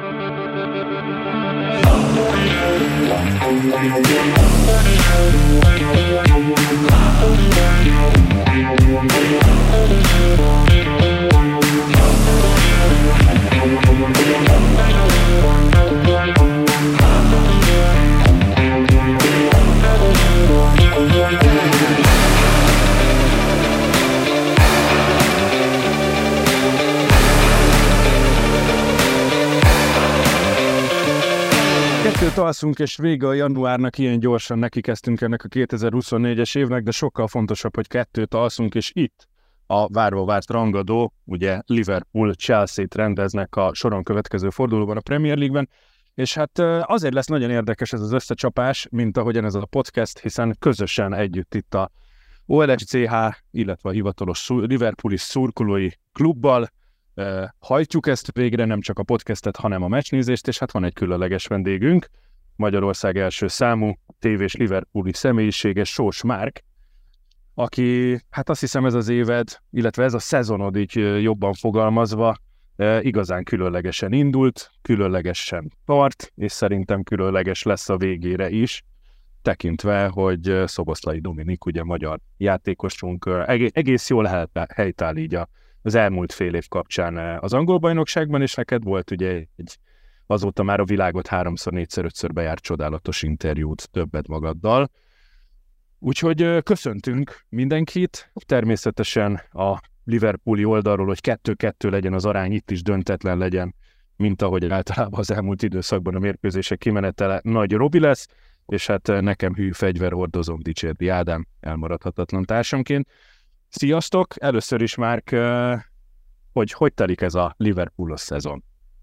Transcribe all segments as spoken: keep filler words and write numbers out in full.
Kettőt alszunk, és vége a januárnak, ilyen gyorsan nekikezdtünk ennek a kétezer-huszonnégyes évnek, de sokkal fontosabb, hogy kettőt alszunk, és itt a várva várt rangadó, ugye Liverpool-Chelsea-t rendeznek a soron következő fordulóban a Premier League-ben, és hát azért lesz nagyon érdekes ez az összecsapás, mint ahogyan ez a podcast, hiszen közösen együtt itt a o el es cé há, illetve a hivatalos Liverpooli szurkolói klubbal hajtjuk ezt végre, nem csak a podcastet, hanem a meccsnézést, és hát van egy különleges vendégünk, Magyarország első számú tévés Liverpooli személyisége, Sós Márk, aki, hát azt hiszem ez az éved, illetve ez a szezonod így jobban fogalmazva, igazán különlegesen indult, különlegesen tart, és szerintem különleges lesz a végére is, tekintve, hogy Szoboszlai Dominik, ugye magyar játékosunk, egész jól helytáll így a az elmúlt fél év kapcsán az angol bajnokságban, és neked volt ugye egy azóta már a világot háromszor, négyszer, ötször bejárt csodálatos interjút többet magaddal. Úgyhogy köszöntünk mindenkit, természetesen a Liverpooli oldalról, hogy kettő-kettő legyen az arány, itt is döntetlen legyen, mint ahogy általában az elmúlt időszakban a mérkőzések kimenetele, Nagy Robi lesz, és hát nekem hű fegyverhordozom Dicsérdi Ádám, elmaradhatatlan társamként. Sziasztok! Először is, Márk, hogy hogy telik ez a Liverpoolos szezon?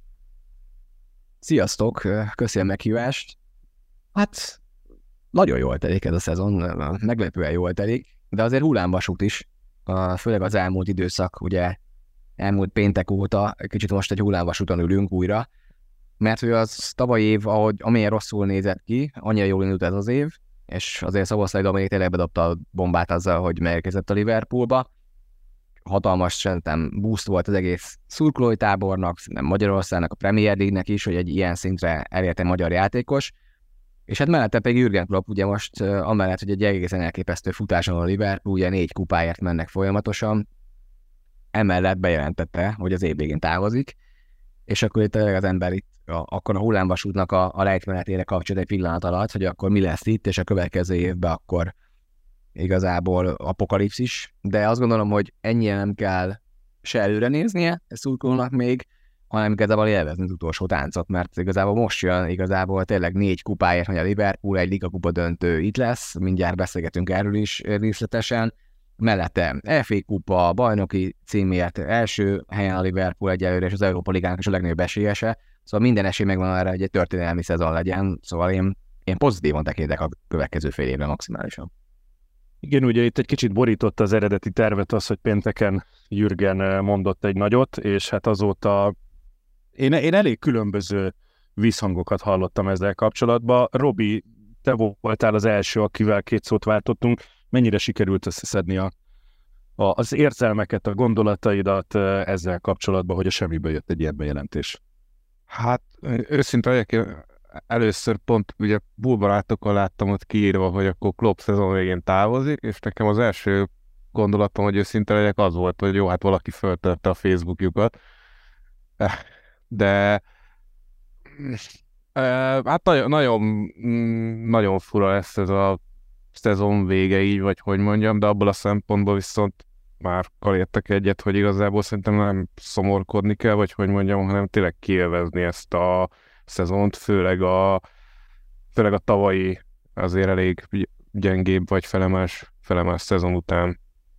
Sziasztok! Köszönöm a meghívást. Hát, nagyon jól telik ez a szezon, meglepően jól telik, de azért hullámvasút is, főleg az elmúlt időszak, ugye elmúlt péntek óta kicsit most egy hullámvasúton ülünk újra, mert hogy az tavalyi év, ahogy, amilyen rosszul nézett ki, annyira jól indult ez az év, és azért Szoboszlai Dominik tényleg bedobta a bombát azzal, hogy megérkezett a Liverpoolba. Hatalmas szerintem boost volt az egész szurkolói tábornak, szerintem Magyarországnak, a Premier League-nek is, hogy egy ilyen szintre elérte magyar játékos. És hát mellette pedig Jürgen Klopp, ugye most amellett, hogy egy egészen elképesztő futáson a Liverpool, ugye négy kupáért mennek folyamatosan, emellett bejelentette, hogy az év végén távozik, és akkor itt tényleg az ember itt a, akkor a hullámvasútnak a, a lejtmenetére kapcsolat egy pillanat alatt, hogy akkor mi lesz itt, és a következő évben akkor igazából apokalipszis, de azt gondolom, hogy ennyien nem kell se előre néznie, ezt szurkolónak még, hanem igazából élvezni az utolsó táncot, mert igazából most jön igazából tényleg négy kupáért, hogy a Liverpool, egy ligakupa döntő itt lesz, mindjárt beszélgetünk erről is részletesen, mellette ef á kupa, bajnoki címért első helyen a Liverpool egyelőre, és az Európa Ligának is a legnagyobb esélyese, szóval minden esély megvan arra, hogy egy történelmi szezon legyen, szóval én, én pozitívan tekintek a következő fél évre maximálisan. Igen, ugye itt egy kicsit borította az eredeti tervet az, hogy pénteken Jürgen mondott egy nagyot, és hát azóta én, én elég különböző visszhangokat hallottam ezzel kapcsolatban. Robi, te voltál az első, akivel két szót váltottunk. Mennyire sikerült összeszedni a, a, az érzelmeket, a gondolataidat ezzel kapcsolatban, hogy a semmiből jött egy ilyen bejelentés? Hát őszintén egyébként először pont ugye Bullbarátokkal láttam ott kiírva, hogy akkor Klopp szezon végén távozik, és nekem az első gondolatom, hogy őszinte legyek, az volt, hogy jó, hát valaki föltörte a Facebookjukat. De hát nagyon, nagyon, nagyon fura lesz ez a szezon vége így, vagy hogy mondjam, de abból a szempontból viszont már értek egyet, hogy igazából szerintem nem szomorkodni kell, vagy hogy mondjam, hanem tényleg kiélvezni ezt a szezont, főleg a, főleg a tavalyi azért elég gyengébb vagy felemás, felemás szezon után.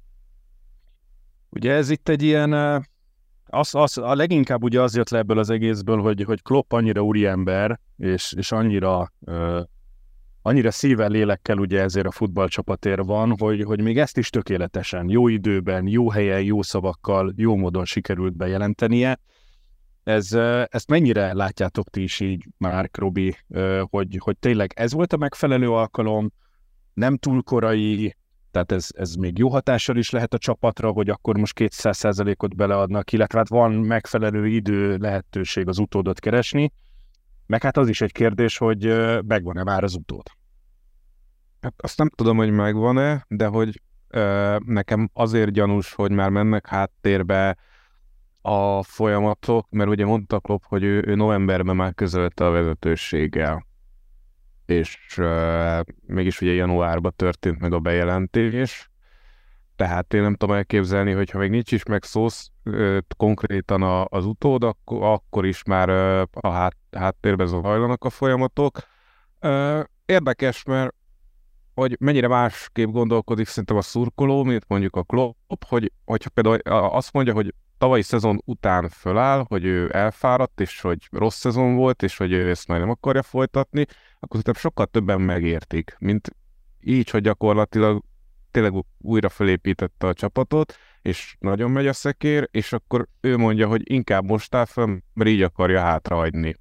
Ugye ez itt egy ilyen, az, az, a leginkább ugye az jött le ebből az egészből, hogy, hogy Klopp annyira úriember, és, és annyira, uh, annyira szívvel, lélekkel ugye ezért a futballcsapatért van, hogy, hogy még ezt is tökéletesen, jó időben, jó helyen, jó szavakkal, jó módon sikerült bejelentenie. Ez, ezt mennyire látjátok ti is így, Márk, Robi, hogy, hogy tényleg ez volt a megfelelő alkalom, nem túl korai, Tehát ez, ez még jó hatással is lehet a csapatra, hogy akkor most kétszáz százalékot beleadnak, illetve hát van megfelelő idő, lehetőség az utódot keresni, meg hát az is egy kérdés, hogy megvan-e már az utód. Hát azt nem tudom, hogy megvan-e, de hogy ö, nekem azért gyanús, hogy már mennek háttérbe a folyamatok, mert ugye mondta Klopp, hogy ő, ő novemberben már közölte a vezetőséggel, és uh, mégis ugye januárban történt meg a bejelentés, tehát én nem tudom elképzelni, hogyha még nincs is meg szó uh, konkrétan a, az utód, akkor, akkor is már uh, a hát, háttérben zajlanak a folyamatok. Uh, érdekes, mert hogy mennyire másképp gondolkodik szerintem a szurkoló, mint mondjuk a Klopp, hogy, hogyha például azt mondja, hogy tavalyi szezon után föláll, hogy ő elfáradt, és hogy rossz szezon volt, és hogy ő ezt már nem akarja folytatni, akkor szerintem sokkal többen megértik, mint így, hogy gyakorlatilag tényleg újra felépítette a csapatot, és nagyon megy a szekér, és akkor ő mondja, hogy inkább most áll föl, mert így akarja hátrahagyni.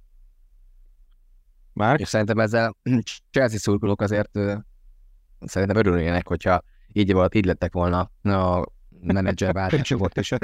Már? És szerintem ezzel Chelsea szurkolók azért uh, szerintem örülnének, hogyha így, volt, így lettek volna a menedzserváltások ott is.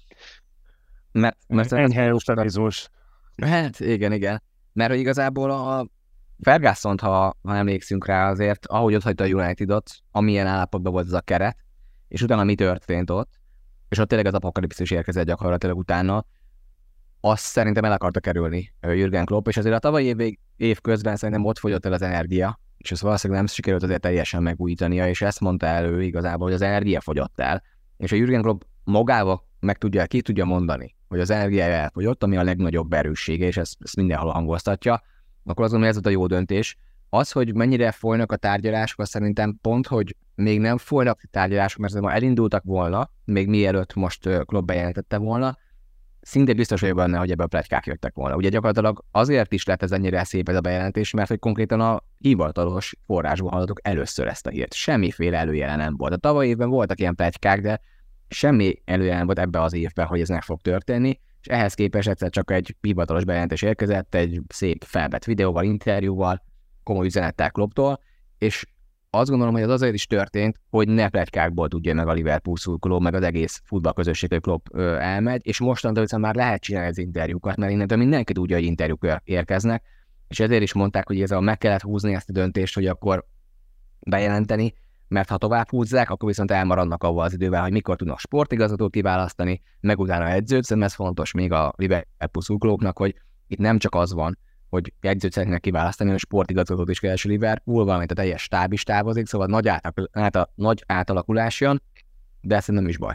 Mert, mert enyhe osztanizós. Hát igen, igen. Mert hogy igazából a Ferguson-t, ha, ha emlékszünk rá azért, ahogy ott hagyta a Unitedot, amilyen állapotban volt ez a keret, és utána mi történt ott, és ott tényleg az apokalipszis érkezett gyakorlatilag utána, azt szerintem el akarta kerülni Jürgen Klopp, és azért a tavalyi év, év közben szerintem ott fogyott el az energia, és ezt valószínűleg nem sikerült azért teljesen megújítania, és ezt mondta elő igazából, hogy az energia fogyott el, és a Jürgen Klopp magával meg tudja, ki tudja mondani, hogy az energiája elfogyott, ami a legnagyobb erőssége, és ezt, ezt mindenhol hangoztatja, akkor azt gondolom, hogy ez volt a jó döntés. Az, hogy mennyire folynak a tárgyalások, az szerintem pont, hogy még nem folynak a tárgyalások, mert ma elindultak volna, még mielőtt most Klopp bejelentette volna, szinte biztos vagyok benne, hogy ebből pletykák jöttek volna. Ugye gyakorlatilag azért is lett ez ennyire szép ez a bejelentés, mert hogy konkrétan a hivatalos forrásból hallottuk először ezt a hírt. Semmiféle előjele nem volt. A tavalyi évben voltak ilyen pletykák, de semmi előjele nem volt ebbe az évben, hogy ez meg fog történni, és ehhez képest egyszer csak egy hivatalos bejelentés érkezett, egy szép felvett videóval, interjúval, komoly üzenettel Klopptól, és azt gondolom, hogy az azért is történt, hogy ne pletykákból tudja meg a Liverpool szurkoló, meg az egész futballközösség, hogy Klopp ö, elmegy, és mostantól viszont már lehet csinálni az interjúkat, mert innentől mindenki tudja, hogy interjúk érkeznek, és ezért is mondták, hogy ez a meg kellett húzni ezt a döntést, hogy akkor bejelenteni, mert ha tovább húzzák, akkor viszont elmaradnak avval az idővel, hogy mikor tudnak sportigazgatót kiválasztani, meg utána edzőt, szerintem ez fontos még a Liverpool szurkolóknak, hogy itt nem csak az van, hogy edzőt szeretnének kiválasztani, hogy sportigazgatót is keres a Liverpool, valamint a teljes stáb is távozik, szóval nagy, átal- átal- nagy átalakulás jön, de ez nem is baj.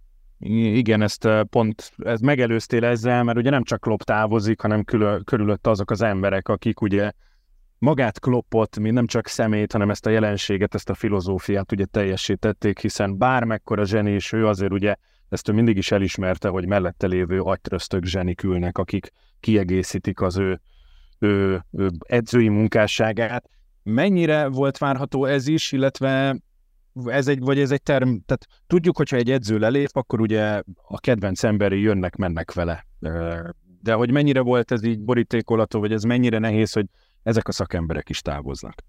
Igen, ezt pont ez megelőztél ezzel, mert ugye nem csak Klopp távozik, hanem külö, körülött azok az emberek, akik ugye magát Kloppot, mint nem csak szemét, hanem ezt a jelenséget, ezt a filozófiát ugye teljesítették, hiszen bármekkora zseni is ő, azért ugye ezt ő mindig is elismerte, hogy mellette lévő agytröztök zsenik ülnek, akik kiegészítik az ő Ő, ő edzői munkásságát. Mennyire volt várható ez is, illetve ez egy, vagy ez egy term, tehát tudjuk, hogyha egy edző lelép, akkor ugye a kedvenc emberi jönnek-mennek vele. De hogy mennyire volt ez így borítékolható, vagy ez mennyire nehéz, hogy ezek a szakemberek is távoznak?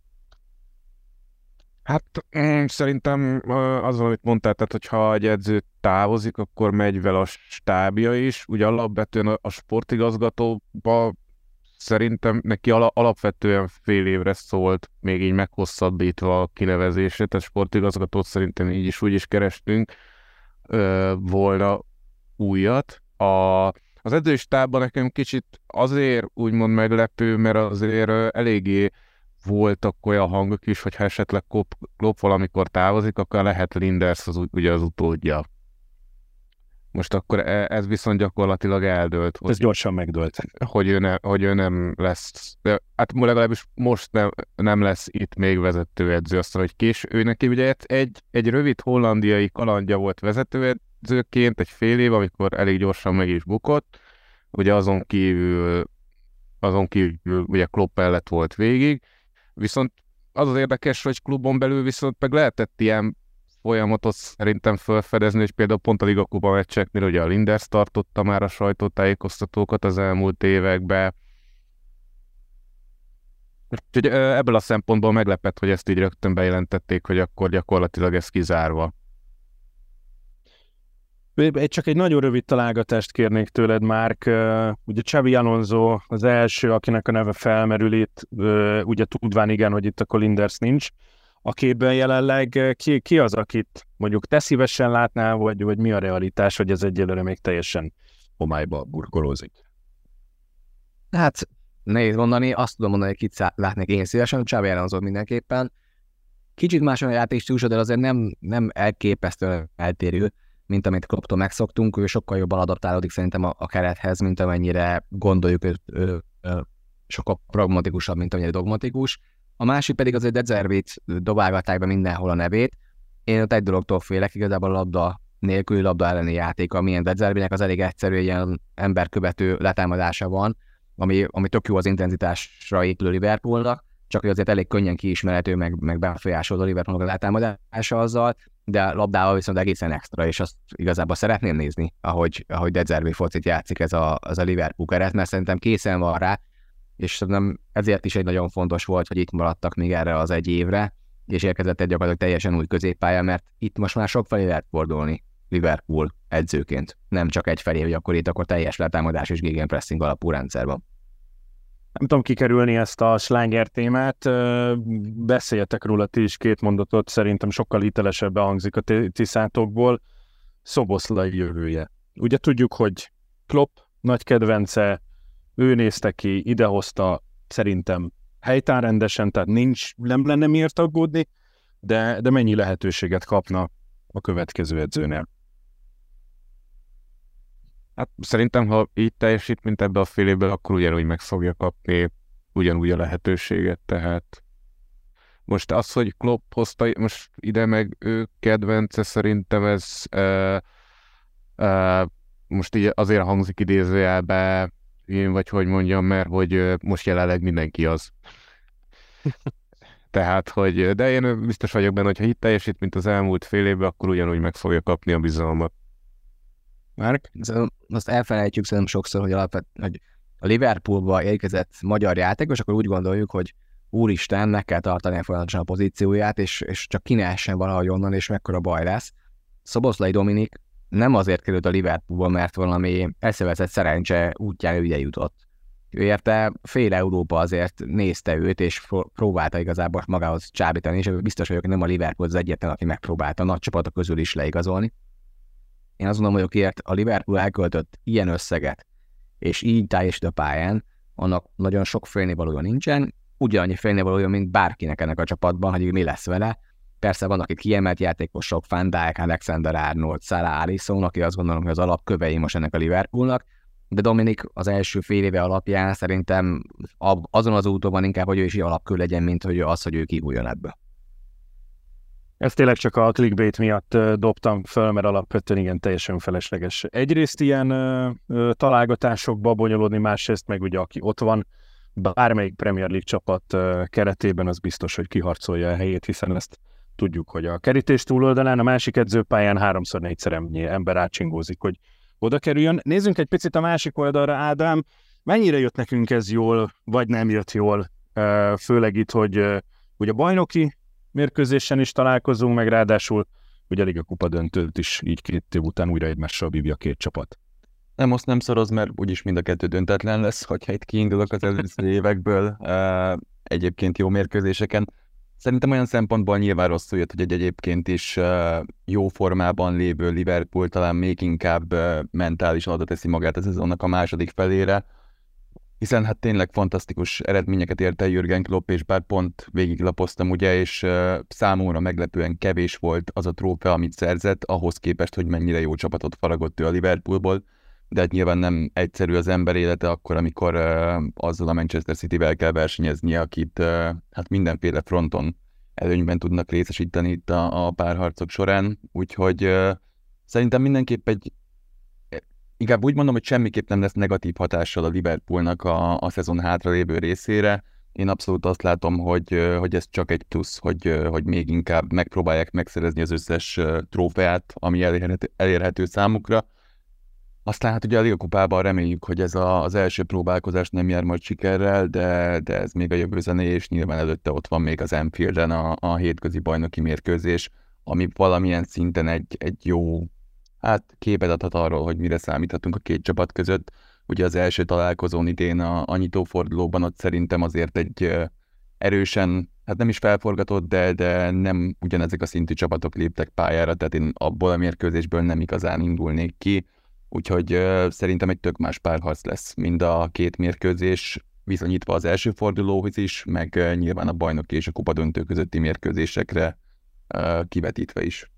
Hát mm, szerintem az, amit mondtál, tehát hogyha egy edző távozik, akkor megy vele a stábja is. Ugye alapvetően a, a sportigazgatóba szerintem neki alapvetően fél évre szólt, még így meghosszabbítva a kinevezését, tehát sportigazgatót szerintem így is úgy is kerestünk ö, volna újat. A, az edzői stábban nekem kicsit azért úgymond meglepő, mert azért eléggé voltak olyan hangok is, hogyha esetleg Klopp, Klopp valamikor távozik, akkor lehet Linders az, ugye az utódja. Most akkor ez viszont gyakorlatilag eldőlt. Ez gyorsan megdőlt. Hogy ő, ne, hogy ő nem lesz, de hát legalábbis most nem, nem lesz itt még vezetőedző, aztán, hogy késő. Ő neki ugye egy, egy rövid hollandiai kalandja volt vezetőedzőként, egy fél év, amikor elég gyorsan meg is bukott. Ugye azon kívül, azon kívül ugye Klopp mellett volt végig. Viszont az az érdekes, hogy klubon belül viszont meg lehetett ilyen folyamatot szerintem felfedezni, és például pont a Liga Kupa meccseknél ugye a Linders tartotta már a sajtótájékoztatókat az elmúlt években. Úgyhogy ebből a szempontból meglepett, hogy ezt így rögtön bejelentették, hogy akkor gyakorlatilag ez kizárva. Csak egy nagyon rövid találgatást kérnék tőled, Márk. Ugye Xabi Alonso az első, akinek a neve felmerül itt, ugye tudván igen, hogy itt a Colinders nincs a képben jelenleg. Ki, ki az, akit mondjuk te szívesen látnál, vagy, vagy mi a realitás, hogy ez egyelőre még teljesen homályba burkolózik? Hát nehéz mondani, azt tudom mondani, hogy kit látnék én szívesen, Xabi Alonso mindenképpen. Kicsit más a játékstílusa, de azért nem, nem elképesztően eltérő, mint amit Klopptól megszoktunk, ő sokkal jobban adaptálódik szerintem a, a kerethez, mint amennyire gondoljuk, ő, ő, ő sokkal pragmatikusabb, mint amennyire dogmatikus. A másik pedig azért De Zerbit dobálgatták be mindenhol a nevét. Én ott egy dologtól félek, igazából a labda nélküli labda elleni játék, amilyen De Zerbinek az elég egyszerű, ilyen emberkövető letámadása van, ami, ami tök jó az intenzitásra épülő Liverpoolnak, csak hogy azért elég könnyen kiismerhető, meg, meg befolyásoló a Liverpoolnak a letámadása azzal, de labdával viszont egészen extra, és azt igazából szeretném nézni, ahogy, ahogy De Zerbi focit játszik ez a, az a Liverpool keret, mert szerintem készen van rá, és szerintem ezért is egy nagyon fontos volt, hogy itt maradtak még erre az egy évre, és érkezett egy gyakorlatilag teljesen új középpálya, mert itt most már sok felé lehet fordulni Liverpool edzőként, nem csak egy felé, hogy akkor itt akkor teljes letámadás és gegenpressing alapú rendszerben. Nem tudom kikerülni ezt a sláger témát, beszéljetek róla ti is két mondatot, szerintem sokkal hitelesebben hangzik a tisztátokból. Szoboszlai jövője. Ugye tudjuk, hogy Klopp nagy kedvence, ő nézte ki, idehozta, szerintem helytán rendesen, tehát nincs, nem lenne miért aggódni, de, de mennyi lehetőséget kapna a következő edzőnél? Hát szerintem, ha így teljesít, mint ebbe a fél évben, akkor ugyanúgy meg fogja kapni ugyanúgy a lehetőséget, tehát most az, hogy Klopp hozta most ide meg ő kedvence, szerintem ez uh, uh, most így azért hangzik idézőjelbe, én vagy hogy mondjam, mert hogy most jelenleg mindenki az. Tehát, hogy, de én biztos vagyok benne, hogy ha itt teljesít, mint az elmúlt fél évben, akkor ugyanúgy meg fogja kapni a bizalmat. Márk? Azt elfelejtjük szerintem sokszor, hogy, alapvet, hogy a Liverpoolba érkezett magyar játékos, akkor úgy gondoljuk, hogy úristen, meg kell tartani folyamatosan a pozícióját, és, és csak ki ne essen valahogy onnan, és mekkora baj lesz. Szoboszlai Dominik nem azért került a Liverpoolba, mert valami eszeveszett szerencse útján ő ide jutott. Ő érte fél Európa azért nézte őt, és próbálta igazából magához csábítani, és biztos vagyok, hogy nem a Liverpool az egyetlen, aki megpróbálta a nagy csapatok közül is leigazolni. Én azt gondolom, hogy akiért a Liverpool elköltött ilyen összeget, és így teljesít a pályán, annak nagyon sok félnivalója nincsen, ugyanannyi félnivalója, mint bárkinek ennek a csapatban, hogy mi lesz vele. Persze vannak itt kiemelt játékosok, Van Dijk, Alexander-Arnold, Salah, Alisson, aki azt gondolom, hogy az alapkövei most ennek a Liverpoolnak, de Dominik az első fél éve alapján szerintem azon az úton van inkább, hogy ő is alapkő legyen, mint hogy az, hogy ő kihújjon ebből. Ezt tényleg csak a clickbait miatt dobtam föl, mert alapvetően igen, teljesen felesleges. Egyrészt ilyen ö, ö, találgatásokba bonyolódni, másrészt meg ugye aki ott van, bármelyik Premier League csapat ö, keretében az biztos, hogy kiharcolja a helyét, hiszen ezt tudjuk, hogy a kerítés túloldalán, a másik edzőpályán háromszor négyszer ennyi ember átsingózik, hogy oda kerüljön. Nézzünk egy picit a másik oldalra, Ádám, mennyire jött nekünk ez jól, vagy nem jött jól, ö, főleg itt, hogy ö, ugye bajnoki mérkőzésen is találkozunk, meg ráadásul ugye a Liga kupa döntőt is így két év után újra egymással bívja a két csapat. Nem, azt nem szoroz, mert úgyis mind a kettő döntetlen lesz, hogyha itt kiindulok az előző évekből uh, egyébként jó mérkőzéseken. Szerintem olyan szempontból nyilván rosszul jött, hogy egy egyébként is uh, jó formában lévő Liverpool talán még inkább uh, mentálisan oda teszi magát a szezonnak a második felére, hiszen hát tényleg fantasztikus eredményeket ért el Jürgen Klopp, és bár pont végiglapoztam, ugye, és uh, számomra meglepően kevés volt az a trófea, amit szerzett, ahhoz képest, hogy mennyire jó csapatot faragott ő a Liverpoolból, de hát nyilván nem egyszerű az ember élete akkor, amikor uh, azzal a Manchester Cityvel kell versenyezni, akit uh, hát mindenféle fronton előnyben tudnak részesíteni itt a, a párharcok során, úgyhogy uh, szerintem mindenképp egy Inkább úgy mondom, hogy semmiképp nem lesz negatív hatással a Liverpoolnak a, a szezon hátralévő részére. Én abszolút azt látom, hogy, hogy ez csak egy plusz, hogy, hogy még inkább megpróbálják megszerezni az összes trófeát, ami elérhető, elérhető számukra. Aztán hát ugye a Liga kupában reméljük, hogy ez a, az első próbálkozás nem jár majd sikerrel, de, de ez még a jövő zené, és nyilván előtte ott van még az Anfielden a, a hétközi bajnoki mérkőzés, ami valamilyen szinten egy, egy jó hát képet adhat arról, hogy mire számíthatunk a két csapat között. Ugye az első találkozón idén a, a nyitófordulóban ott szerintem azért egy erősen, hát nem is felforgatott, de, de nem ugyanezek a szintű csapatok léptek pályára, tehát én abból a mérkőzésből nem igazán indulnék ki. Úgyhogy uh, szerintem egy tök más párharc lesz, mind a két mérkőzés, viszonyítva az első fordulóhoz is, meg uh, nyilván a bajnoki és a kupadöntő közötti mérkőzésekre uh, kivetítve is.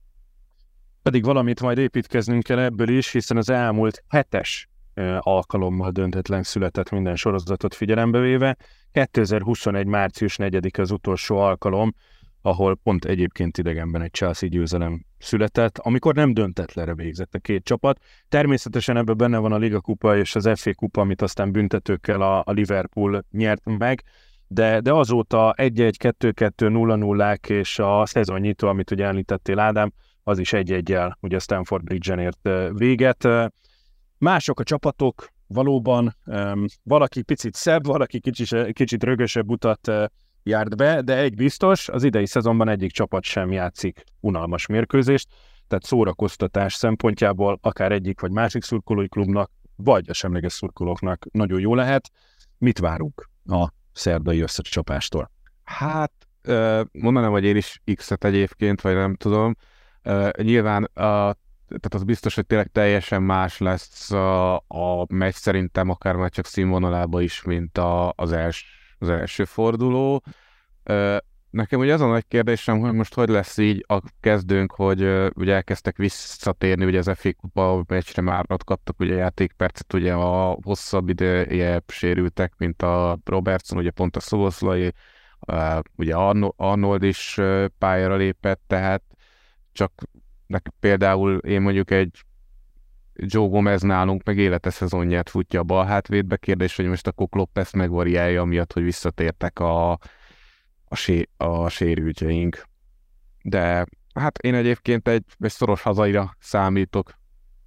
Pedig valamit majd építkeznünk kell ebből is, hiszen az elmúlt hetes uh, alkalommal döntetlen született minden sorozatot figyelembe véve. kétezer-huszonegy. március negyedike az utolsó alkalom, ahol pont egyébként idegenben egy Chelsea győzelem született, amikor nem döntetlenre végzett a két csapat. Természetesen ebben benne van a Liga kupa és az ef á kupa, amit aztán büntetőkkel a, a Liverpool nyert meg, de, de azóta egy-egy, kettő-kettő, nulla-nullák és a szezonnyitó, amit ugye említettél Ádám, az is egy-egyel ugye Stamford Bridge-en ért véget. Mások a csapatok, valóban um, valaki picit szebb, valaki kicsit, kicsit rögösebb utat uh, járt be, de egy biztos, az idei szezonban egyik csapat sem játszik unalmas mérkőzést, tehát szórakoztatás szempontjából akár egyik vagy másik szurkolói klubnak, vagy a semleges szurkolóknak nagyon jó lehet. Mit várunk a szerdai összecsapástól? Hát mondanám, hogy én is X-et egyébként, vagy nem tudom. Nyilván a tehát az biztos, hogy tényleg teljesen más lesz a, a meccs, szerintem akár már csak színvonalában is, mint a, az, els, az első forduló. Nekem ugye az a nagy kérdésem, hogy most hogy lesz így a kezdőnk, hogy ugye elkezdtek visszatérni, ugye az ef á kupa meccsre már ott kaptak ugye játékpercet, ugye a hosszabb ideje sérültek, mint a Robertson, ugye pont a Szoboszlai, ugye Arnold is pályára lépett, tehát csak például én mondjuk egy Joe Gomez nálunk meg élete szezonját futja a bal hátvédbe, kérdés, hogy most akkor Klopp ezt megvariálja, amiatt, hogy visszatértek a, a, sé, a sérültjeink. De hát én egyébként egy, egy szoros hazaira számítok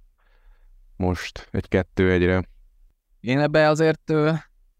most egy kettő egyre. Én ebbe azért ö,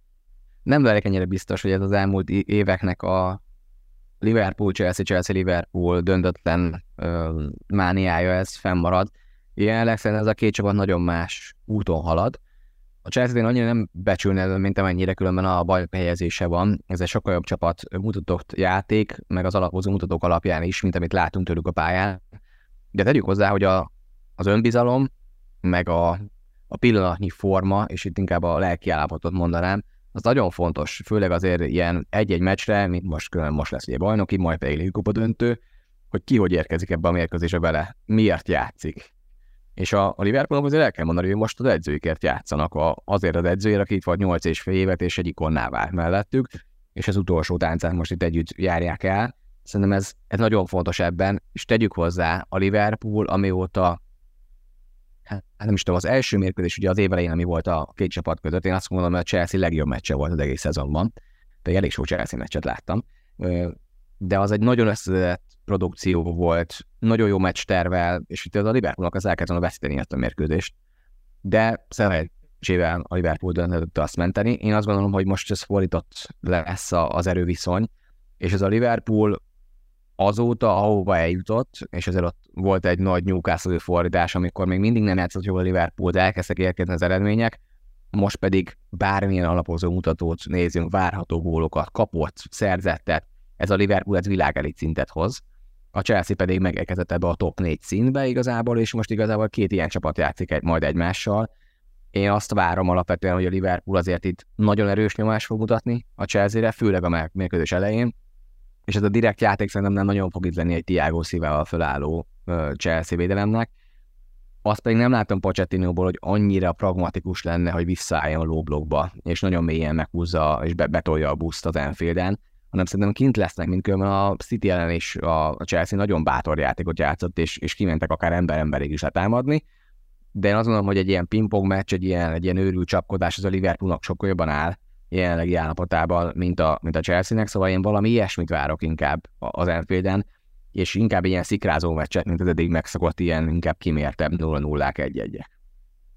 nem legyek ennyire biztos, hogy ez az elmúlt éveknek a Liverpool, Chelsea, Chelsea-Liverpool döntetlen ö, mániája, ez fennmarad. Jelenleg szerintem ez a két csapat nagyon más úton halad. A Chelsea-én annyira nem becsülne, mint amennyire különben a bajnok helyezése van. Ez egy sokkal jobb csapat mutatott játék, meg az alapozó mutatók alapján is, mint amit látunk tőlük a pályán. De tegyük hozzá, hogy a, az önbizalom, meg a, a pillanatnyi forma, és itt inkább a lelki állapotot mondanám, az nagyon fontos, főleg azért ilyen egy-egy meccsre, mint most, most lesz ugye bajnoki, majd pedig Liga kupa döntő, hogy ki hogy érkezik ebbe a mérkőzésbe bele, miért játszik. És a, a Liverpoolnak azért el kell mondani, hogy most az edzőikért játszanak, a, azért az edzőért, aki itt volt nyolc és fél évet, és egy ikonná vált mellettük, és az utolsó táncát most itt együtt járják el. Szerintem ez, ez nagyon fontos ebben, és tegyük hozzá a Liverpool, amióta hát nem is tudom, az első mérkőzés ugye az év elején, ami volt a két csapat között, én azt mondom, hogy a Chelsea legjobb meccse volt az egész szezonban, pedig elég sok Chelsea meccset láttam, de az egy nagyon összedett produkció volt, nagyon jó meccs tervel, és itt az a Liverpoolnak az elkezdett veszíteni ezt a mérkőzést, de szerencsével a Liverpool döntött azt menteni. Én azt gondolom, hogy most ez fordított lesz az erőviszony, és ez a Liverpool azóta, ahova eljutott, és ezért ott volt egy nagy Newcastle fordítás, amikor még mindig nem játszott jól a Liverpool, de elkezdtek érkezni az eredmények, most pedig bármilyen alapozó mutatót nézzünk, várható gólokat, kapott, szerzettet, ez a Liverpool ez világelit szintet hoz. A Chelsea pedig megérkezett ebbe a top négy színbe igazából, és most igazából két ilyen csapat játszik egy, majd egymással. Én azt várom alapvetően, hogy a Liverpool azért itt nagyon erős nyomás fog mutatni a Chelsea-re, főleg a mérkőzés elején, és ez a direkt játék szerintem nem nagyon fog itt lenni egy Thiago Silvával fölálló uh, Chelsea védelemnek. Azt pedig nem látom Pochettinóból, hogy annyira pragmatikus lenne, hogy visszaálljon a low blockba, és nagyon mélyen meghúzza és be- betolja a buszt az Anfielden, hanem szerintem kint lesznek, mint különben a City ellen is a Chelsea nagyon bátor játékot játszott, és, és kimentek akár ember-emberig is letámadni. De én azt gondolom, hogy egy ilyen pingpong meccs, egy ilyen, egy ilyen őrült csapkodás az a Liverpoolnak sokkal jobban áll jelenlegi állapotában, mint a, mint a Chelsea-nek, szóval én valami ilyesmit várok inkább az Anfielden, és inkább ilyen szikrázó meccset, mint az eddig megszokott ilyen inkább kimértebb nulla nullák egy egyek.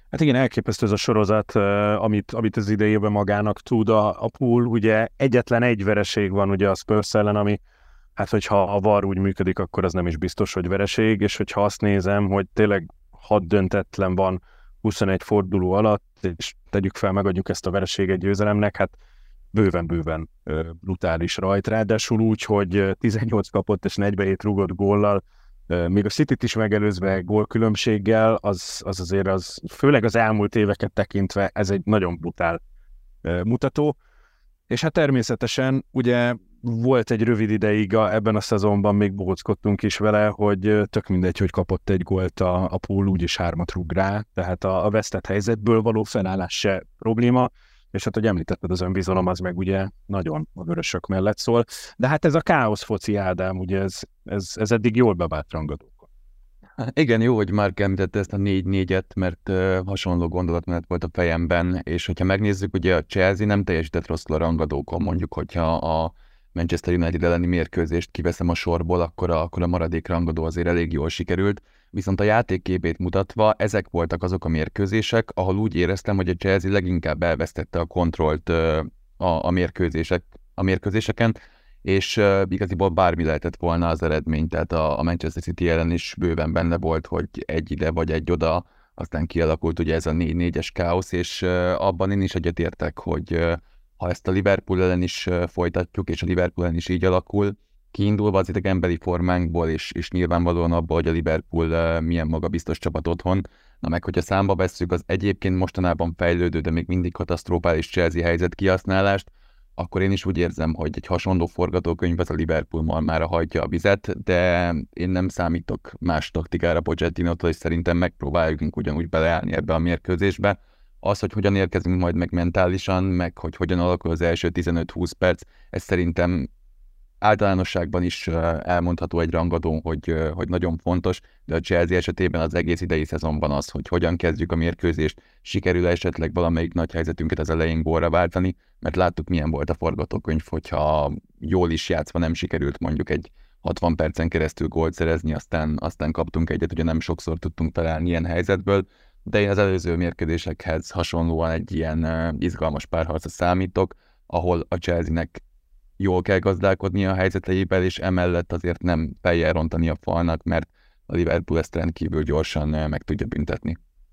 Hát igen, elképesztő ez a sorozat, amit, amit az idejében magának tud a, a Pool. Ugye egyetlen egy vereség van ugye a Spurs ellen, ami hát hogyha a VAR úgy működik, akkor az nem is biztos, hogy vereség, és hogyha azt nézem, hogy tényleg hat döntetlen van huszonegy forduló alatt, és tegyük fel, megadjuk ezt a vereséget győzelemnek, hát bőven-bőven brutális rajt. Ráadásul úgy, hogy tizennyolc kapott és negyvenhét rúgott góllal, még a Cityt is megelőzve gólkülönbséggel, az, az azért az, főleg az elmúlt éveket tekintve, ez egy nagyon brutál mutató. És hát természetesen ugye volt egy rövid ideig a, ebben a szezonban még bóckodtunk is vele, hogy tök mindegy, hogy kapott egy gólt a, a Pool, úgyis hármat rúg rá, tehát a, a vesztett helyzetből való felállás se probléma, és hát, hogy említetted, az önbizalom az meg ugye nagyon a vörösök mellett szól. De hát ez a káosz foci, Ádám, ugye ez, ez, ez eddig jól bevált rangadókon. Igen, jó, hogy már említette ezt a négy négyet, mert uh, hasonló gondolatmenet volt a fejemben, és hogyha megnézzük, ugye a Chelsea nem teljesített rosszul a rangadókon, mondjuk, hogyha a Manchester United elleni mérkőzést kiveszem a sorból, akkor a, akkor a maradék rangadó azért elég jól sikerült, viszont a játékképét mutatva ezek voltak azok a mérkőzések, ahol úgy éreztem, hogy a Chelsea leginkább elvesztette a kontrollt uh, a, a, mérkőzések, a mérkőzéseken, és uh, igaziból bármi lehetett volna az eredmény, tehát a, a Manchester City ellen is bőven benne volt, hogy egy ide vagy egy oda, aztán kialakult ugye ez a négy négyes káosz, és uh, abban én is egyetértek, hogy uh, ha ezt a Liverpool ellen is uh, folytatjuk, és a Liverpool ellen is így alakul, kiindulva az idegenbeli formánkból, és, és nyilvánvalóan abból, hogy a Liverpool uh, milyen magabiztos csapat otthon, na meg hogyha számba vesszük az egyébként mostanában fejlődő, de még mindig katasztrofális Chelsea helyzet kihasználást, akkor én is úgy érzem, hogy egy hasonló forgatókönyv az a Liverpool már hajtja a vizet, de én nem számítok más taktikára Pochettinótól, és szerintem megpróbáljuk ugyanúgy beleállni ebbe a mérkőzésbe. Az, hogy hogyan érkezünk majd meg mentálisan, meg hogy hogyan alakul az első tizenöt-húsz perc, ez szerintem általánosságban is elmondható egy rangadón, hogy, hogy nagyon fontos, de a Chelsea esetében az egész idei szezonban az, hogy hogyan kezdjük a mérkőzést, sikerül esetleg valamelyik nagy helyzetünket az elején gólra váltani, mert láttuk, milyen volt a forgatókönyv, hogyha jól is játszva nem sikerült mondjuk egy hatvan percen keresztül gólt szerezni, aztán, aztán kaptunk egyet, ugye nem sokszor tudtunk felállni ilyen helyzetből, de én az előző mérkőzésekhez hasonlóan egy ilyen uh, izgalmas párharcra számítok, ahol a Chelsea-nek jól kell gazdálkodni a helyzeteivel, és emellett azért nem fejjel rontani a falnak, mert a Liverpool ezt rendkívül gyorsan uh, meg tudja büntetni.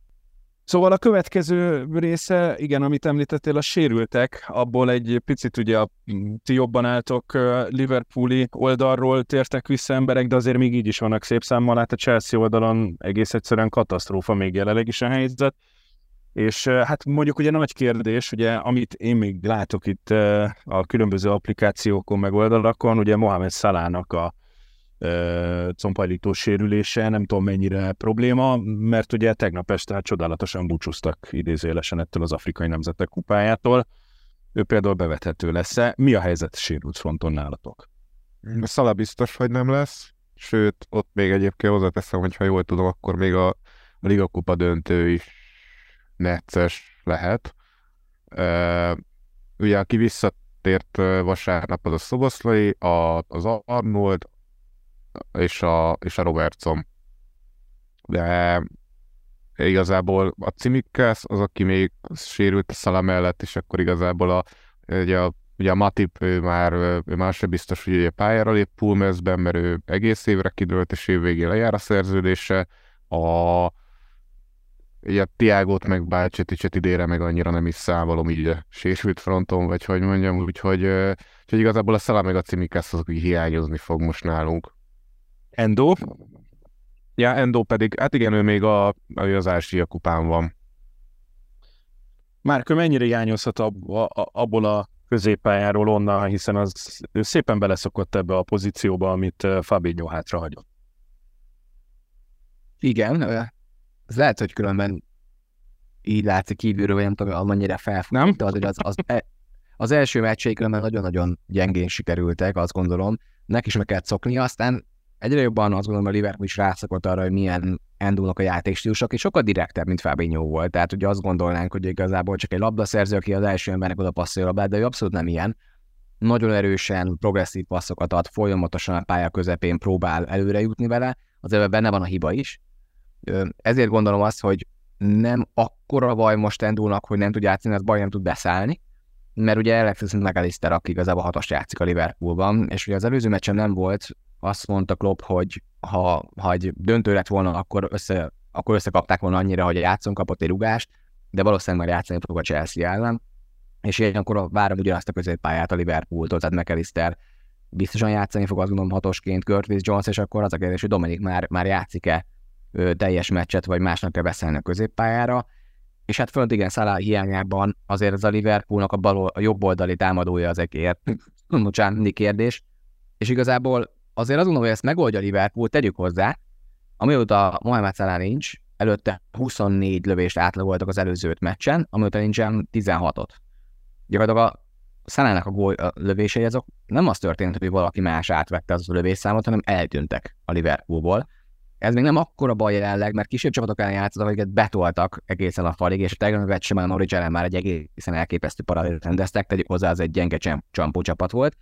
Szóval a következő része, igen, amit említettél, a sérültek, abból egy picit ugye a, ti jobban álltok Liverpooli oldalról tértek vissza emberek, de azért még így is vannak szép számmal, hát a Chelsea oldalon egész egyszerűen katasztrófa még jelenleg is a helyzet, és hát mondjuk ugye nagy kérdés, ugye, amit én még látok itt a különböző applikációkon meg oldalakon, ugye Mohamed Salahnak a combhajlító sérülése, nem tudom mennyire probléma, mert ugye tegnap este hát csodálatosan búcsúztak idézőjelesen ettől az afrikai nemzetek kupájától. Ő például bevethető lesz-e? Mi a helyzet sérült fronton nálatok? Salah biztos, hogy nem lesz, sőt, ott még egyébként hozzáteszem, hogy ha jól tudom, akkor még a, a Liga Kupa döntő is necces lehet. Uh, ugye aki visszatért vasárnap az a Szoboszlai, a, az Arnold, és a, és a Robertson. De igazából a Tsimikas az, aki még sérült a Salah mellett, és akkor igazából a, ugye a, ugye a Matip, ő már, ő már se biztos, hogy ugye pályára lép Pullmesben, mert ő egész évre kidőlt, és év végén lejár a szerződése. A, ugye a Thiagot meg Bálcseticset idére meg annyira nem is számolom így a sérült fronton, vagy hogy mondjam, úgyhogy, úgyhogy igazából a Salah meg a Tsimikas az, aki hiányozni fog most nálunk. Endo? Ja, Endo pedig, hát igen, ő még a, az Ázsia kupán van. Márk, mennyire hiányozhat ab, a, abból a középpályáról onnan, hiszen az, ő szépen beleszokott ebbe a pozícióba, amit Fabinho hátra hagyott. Igen, ez lehet, hogy különben így látszik kívülről, vagy nem tudom, amennyire felfogott, de az, az, az, az első meccsei különben nagyon-nagyon gyengén sikerültek, azt gondolom. Neki is meg kellett szokni, aztán egyre jobban azt gondolom, a Liverpool is rászokott arra, hogy milyen Endónak a játékstílusok, és sokkal direktebb, mint Fabinho volt. Tehát ugye azt gondolnánk, hogy igazából csak egy labdaszerző, aki az első embernek oda passzolja a labdát, de ő abszolút nem ilyen. Nagyon erősen, progresszív passzokat ad, folyamatosan a pálya közepén próbál előre jutni vele, azért benne van a hiba is. Ezért gondolom azt, hogy nem akkora baj most Endónak, hogy nem tud játszani, az baj nem tud beszállni, mert ugye Alexis McAllister, aki igazából hatos játszik a Liverpoolban, és ugye az előző meccsen nem volt, azt mondta Klopp, hogy ha, ha egy döntő lett volna, akkor, össze, akkor összekapták volna annyira, hogy a játszon kapott egy rugást, de valószínűleg már játszani fog a Chelsea ellen, és ilyenkor várom ugyanazt a középpályát a Liverpooltól, tehát McAllister biztosan játszani fog, azt gondolom hatosként Curtis Jones, és akkor az a kérdés, hogy Dominik már, már játszik-e ö, teljes meccset, vagy másnak kell beszélni a középpályára, és hát fönt igen, Salah hiányában azért ez a Liverpoolnak a, bal, a jobb oldali támadója az egér, bocsánat, mindig kérdés, és igazából azért azt gondolom, hogy ezt megoldja a Liverpool, tegyük hozzá, amióta Mohamed Salah nincs, előtte huszonnégy lövést átlagoltak az előző öt meccsen, amióta nincsen tizenhatot. Gyakorlatilag a Salahnak a gól a lövései azok nem az történt, hogy valaki más átvette az a lövésszámot, hanem eltűntek a Liverpoolból. Ez még nem akkora baj jelenleg, mert kisebb csapatok ellen játszottak, akiket betoltak egészen a falig, és a tegnapi meccs sem a Norwich ellen már egy egészen elképesztő paralelt rendeztek, tegyük hozzá, az egy gyenge csampó csapat volt,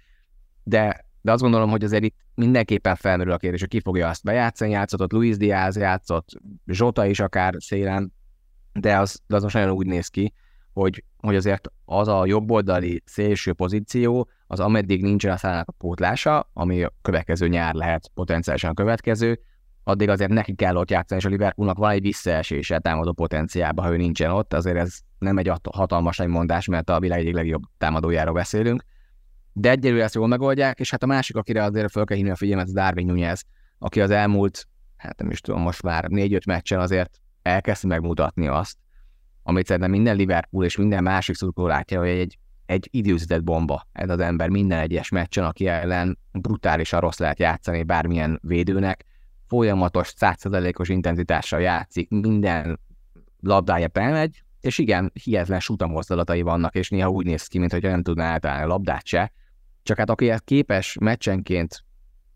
de, de azt gondolom, hogy azért itt mindenképpen felmerül a kérdés, hogy ki fogja azt bejátszani, játszott Luis Diaz, játszott Zsota is akár szélen, de az, de az most nagyon úgy néz ki, hogy, hogy azért az a jobboldali szélső pozíció, az ameddig nincsen a Salahnak a pótlása, ami a következő nyár lehet potenciálisan a következő, addig azért neki kell ott játszani, és a Liverpoolnak van egy visszaesése támadó potenciálba, ha ő nincsen ott, azért ez nem egy hatalmas nagy mondás, mert a világ egyik legjobb támadójáról beszélünk, de egyelőre ezt jól megoldják, és hát a másik, akire azért fel kell hívni a figyelmet, az Darwin Núñez, aki az elmúlt, hát nem is tudom, most már négy-öt meccsen azért elkezdte megmutatni azt, amit szerintem minden Liverpool és minden másik szurkoló látja, hogy egy, egy időzített bomba ez az ember minden egyes meccsen, aki ellen brutálisan rossz lehet játszani bármilyen védőnek, folyamatos száz százalékos intenzitással játszik, minden labdája elmegy, és igen, hihetetlen sutamozdulatai vannak, és néha úgy néz ki, mintha nem tudná eltalálni a labdát se, csak hát aki képes meccsenként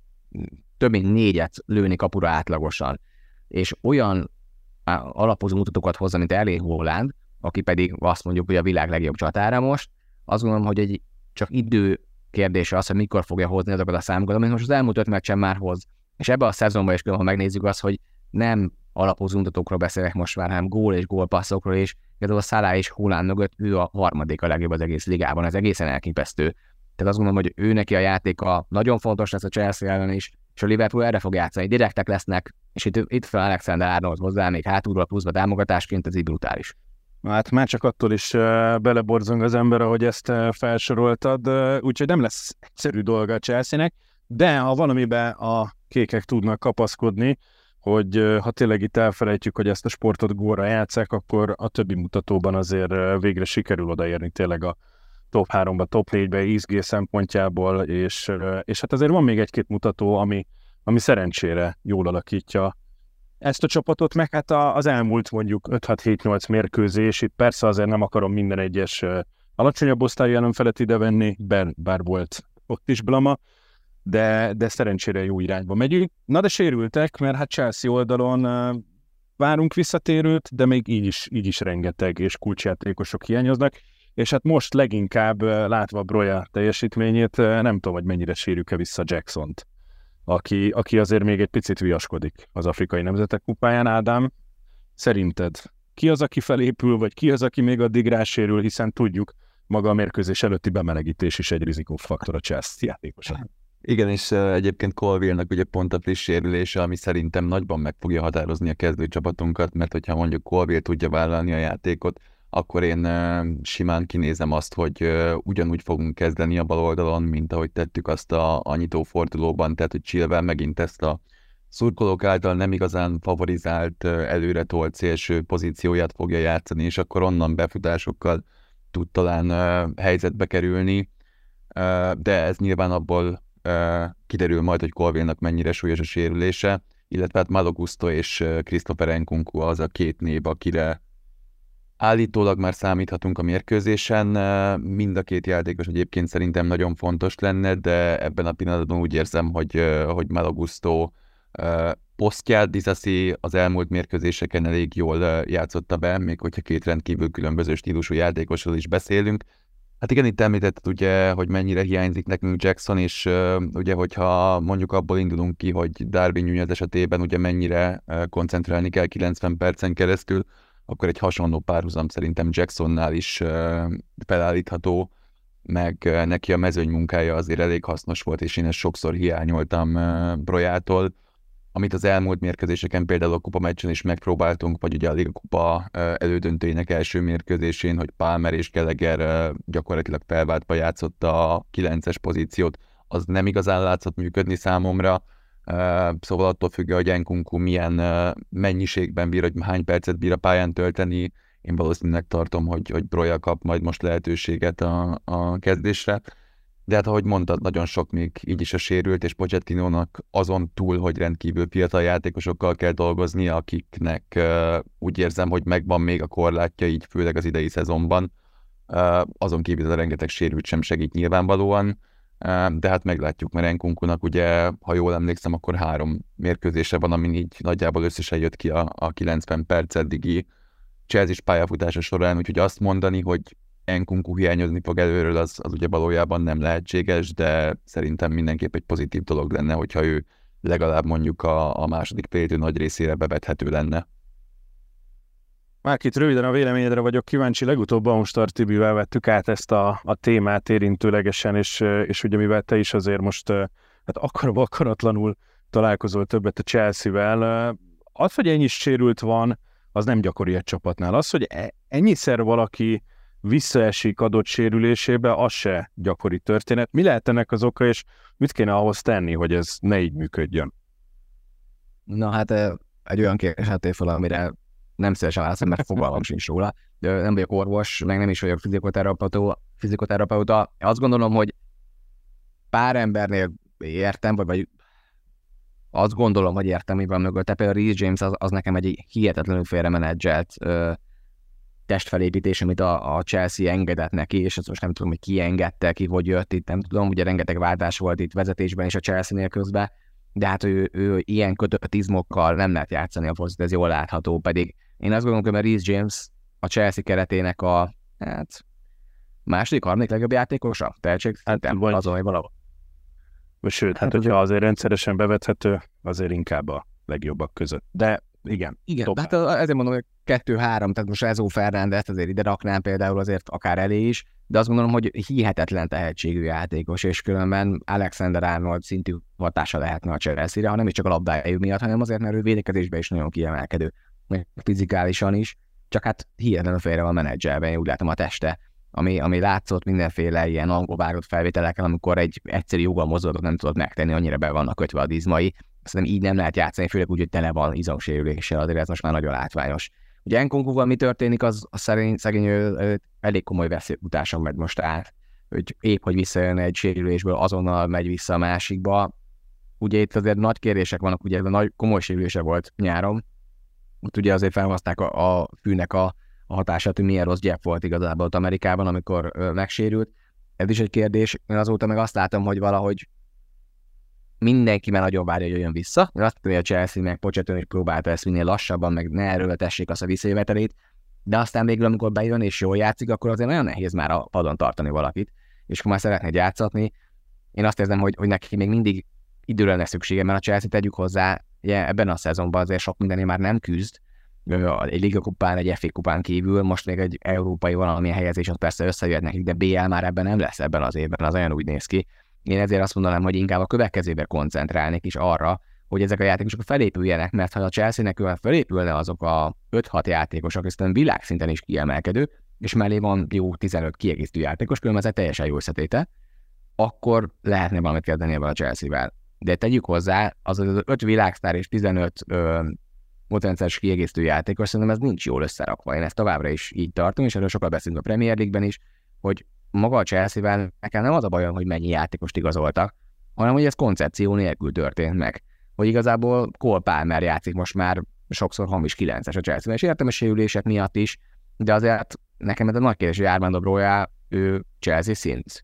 több mint négyet lőni kapura átlagosan, és olyan alapozó mutatókat hozza, mint Erling Haaland, aki pedig azt mondjuk, hogy a világ legjobb csatára most, azt gondolom, hogy egy csak idő kérdése az, hogy mikor fogja hozni azokat a számokat, amit most az elmúlt öt meccsen már hoz. És ebben a szezonban is külön, ha megnézzük azt, hogy nem alapozó mutatókról beszélek most már, hanem gól és gólpasszokról, és igazából a Salah és Haaland mögött ő a harmadik a legjobb az egész ligában, ez egészen elképesztő. Tehát azt gondolom, hogy ő neki a játéka nagyon fontos lesz a Chelsea ellen is, és a Liverpool erre fog játszani, direktek lesznek, és itt, itt fel Alexander-Arnold hozzá, még hátulról pluszba támogatásként, ez így brutális. Hát már csak attól is uh, beleborzong az ember, ahogy ezt uh, felsoroltad, uh, úgyhogy nem lesz egyszerű dolga a Chelsea-nek, de ha valamiben a kékek tudnak kapaszkodni, hogy uh, ha tényleg itt elfelejtjük, hogy ezt a sportot gólra játsszák, akkor a többi mutatóban azért uh, végre sikerül odaérni tényleg a top háromba, top négybe, i es gé szempontjából, és, uh, és hát azért van még egy-két mutató, ami, ami szerencsére jól alakítja ezt a csapatot, meg hát az elmúlt mondjuk öt hat hét nyolc mérkőzés, itt persze azért nem akarom minden egyes alacsonyabb osztályú ellenfelet idevenni, bár, bár volt ott is blama, de, de szerencsére jó irányba megyünk. Na de sérültek, mert hát Chelsea oldalon uh, várunk visszatérőt, de még így is, így is rengeteg és kulcsjátékosok hiányoznak, és hát most leginkább uh, látva Broja teljesítményét, uh, nem tudom, hogy mennyire sérjük-e vissza Jacksont. Aki, aki azért még egy picit viaskodik az Afrikai Nemzetek Kupáján. Ádám, szerinted ki az, aki felépül, vagy ki az, aki még addig rásérül, hiszen tudjuk, maga a mérkőzés előtti bemelegítés is egy rizikófaktor a Chelsea játékosan. Igen, és uh, egyébként Colville-nak ugye pont a friss sérülése, ami szerintem nagyban meg fogja határozni a kezdőcsapatunkat, mert hogyha mondjuk Colville tudja vállalni a játékot, akkor én uh, simán kinézem azt, hogy uh, ugyanúgy fogunk kezdeni a bal oldalon, mint ahogy tettük azt a, a nyitófordulóban, tehát hogy Chilwell megint ezt a szurkolók által nem igazán favorizált, uh, előre tolt szélső pozícióját fogja játszani, és akkor onnan befutásokkal tud talán uh, helyzetbe kerülni, uh, de ez nyilván abból uh, kiderül majd, hogy Colville-nak mennyire súlyos a sérülése, illetve hát Malo Gusto és uh, Christopher Nkunku az a két név, akire állítólag már számíthatunk a mérkőzésen, mind a két játékos egyébként szerintem nagyon fontos lenne, de ebben a pillanatban úgy érzem, hogy, hogy Malo Gusto posztját Disasi az elmúlt mérkőzéseken elég jól játszotta be, még hogyha két rendkívül különböző stílusú játékosról is beszélünk. Hát igen, itt említetted ugye, hogy mennyire hiányzik nekünk Jackson, és ugye, hogyha mondjuk abból indulunk ki, hogy Darwin Núñez esetében ugye mennyire koncentrálni kell kilencven percen keresztül, akkor egy hasonló párhuzam szerintem Jacksonnál is felállítható, meg neki a mezőny munkája azért elég hasznos volt, és én ezt sokszor hiányoltam Broyától, amit az elmúlt mérkőzéseken, például a kupa meccsen is megpróbáltunk, vagy ugye a Liga kupa elődöntőjének első mérkőzésén, hogy Palmer és Gallagher gyakorlatilag felváltva játszotta a kilences pozíciót, az nem igazán látszott működni számomra, szóval attól függ, hogy Nkunku milyen mennyiségben bír, hogy hány percet bír a pályán tölteni, én valószínűleg tartom, hogy, hogy Broja kap majd most lehetőséget a, a kezdésre. De hát ahogy mondtad, nagyon sok még így is a sérült, és Pochettinónak azon túl, hogy rendkívül fiatal játékosokkal kell dolgoznia, akiknek uh, úgy érzem, hogy megvan még a korlátja, így főleg az idei szezonban. Uh, azon kívül a rengeteg sérült sem segít nyilvánvalóan, uh, de hát meglátjuk, mert Nkunkunak ugye, ha jól emlékszem, akkor három mérkőzése van, amin így nagyjából összesen jött ki a, a kilencven perc eddigi Chelsea-s pályafutása során, úgyhogy azt mondani, hogy Nkunku hiányozni fog előről, az, az ugye valójában nem lehetséges, de szerintem mindenképp egy pozitív dolog lenne, hogyha ő legalább mondjuk a, a második félidő nagy részére bevethető lenne. Márk, itt röviden a véleményedre vagyok kíváncsi. Legutóbb Baumstark Tibivel vettük át ezt a, a témát érintőlegesen, és, és ugye mivel te is azért most hát akarva akaratlanul találkozol többet a Chelsea-vel, az, hogy ennyi sérült van, az nem gyakori egy csapatnál. Az, hogy ennyiszer valaki visszaesik adott sérülésébe, az se gyakori történet. Mi lehet ennek az oka, és mit kéne ahhoz tenni, hogy ez ne így működjön? Na hát egy olyan kérdés hát fel, amire nem szívesen válaszolom, mert fogalmam sincs róla. Nem vagyok orvos, meg nem is vagyok fizikoterapeuta. fizikoterapeuta. Azt gondolom, hogy pár embernél értem, vagy, vagy azt gondolom, hogy értem, mi van mögötte. Például Reece James az, az nekem egy hihetetlenül félremenedzselt testfelépítés, amit a, a Chelsea engedett neki, és azt most nem tudom, hogy ki engedte, ki hogy jött itt, nem tudom, ugye rengeteg váltás volt itt vezetésben és a Chelsea-nél közben, de hát ő, ő ilyen kötött izmokkal nem lehet játszani a focit, ez jól látható, pedig én azt gondolom, hogy Reece James a Chelsea keretének a hát, második, harmadik legjobb játékosa, tehetség, hát, vagy azon, hogy valahol. Sőt, hát, hát hogyha azért rendszeresen bevethető, azért inkább a legjobbak között. De igen. Igen, hát ezért mondom, hogy kettő-három, tehát most Enzo Fernández azért ide raknám például azért akár elé is, de azt gondolom, hogy hihetetlen tehetségű játékos, és különben Alexander-Arnold szintű hatása lehetne a Chelsea-re, ha nem is csak a labdájú miatt, hanem azért, mert ő védekezésben is nagyon kiemelkedő, meg fizikálisan is, csak hát hihetetlenül félre van menedzselben, én úgy látom a teste, ami, ami látszott mindenféle ilyen angolvágott felvételeken, amikor egy egyszerű jogal mozdulatot nem tudod megtenni, annyira be vannak kötve a dizmai. Szerintem így nem lehet játszani, főleg úgy, hogy tele van izomsérüléssel, azért ez most már nagyon látványos. Ugye Nkunkuval mi történik, az a szegény, szegény ő, elég komoly veszélyfutáson megy most át, hogy épp, hogy visszajön egy sérülésből, azonnal megy vissza a másikba. Ugye itt azért nagy kérdések vannak, ugye ez a nagy komoly sérülése volt nyáron, ott ugye azért felhasználták a, a fűnek a, a hatását, hogy milyen rossz gyep volt igazából ott Amerikában, amikor ö, megsérült. Ez is egy kérdés, én azóta meg azt látom, hogy valahogy mindenki már nagyon várja, hogy jöjjön vissza. Azt mondom, hogy a Chelsea meg Pochettino is próbálta ezt minél lassabban, meg ne erőltessék azt a visszajövetelét, de aztán végül, amikor bejön és jól játszik, akkor azért nagyon nehéz már a padon tartani valakit, és ha már szeretnéd játszatni, én azt érzem, hogy, hogy neki még mindig időre lesz szüksége, mert a Chelsea tegyük hozzá, ugye, ebben a szezonban azért sok mindennél már nem küzd, egy Liga kupán, egy ef á kupán kívül, most még egy európai valamilyen helyezés, az persze összejöhet nekik, de bé el már ebben nem lesz ebben az évben, az olyan úgy néz ki. Én ezért azt mondanám, hogy inkább a következőbe koncentrálnék is arra, hogy ezek a játékosok felépüljenek, mert ha a Chelsea-nek felépülne azok a öt-hat játékosok, aztán világszinten is kiemelkedő, és mellé van jó tizenöt kiegészítő játékos, különben ez egy teljesen jó összetéte, akkor lehetne valamit kezdeni ebben a Chelsea-vel. De tegyük hozzá, az az öt világsztár és tizenöt potenciális kiegészítő játékos, szerintem ez nincs jól összerakva. Én ezt továbbra is így tartom, és erről sokat beszélünk a Premier League-ben is, hogy maga a Chelsea-vel nekem nem az a bajom, hogy mennyi játékost igazoltak, hanem hogy ez koncepció nélkül történt meg. Hogy igazából Cole Palmer játszik most már sokszor hamis kilences a Chelsea-ben, és értem a sérülések miatt is, de azért nekem ez a nagy kérdés, hogy Armando Broja, ő Chelsea szint.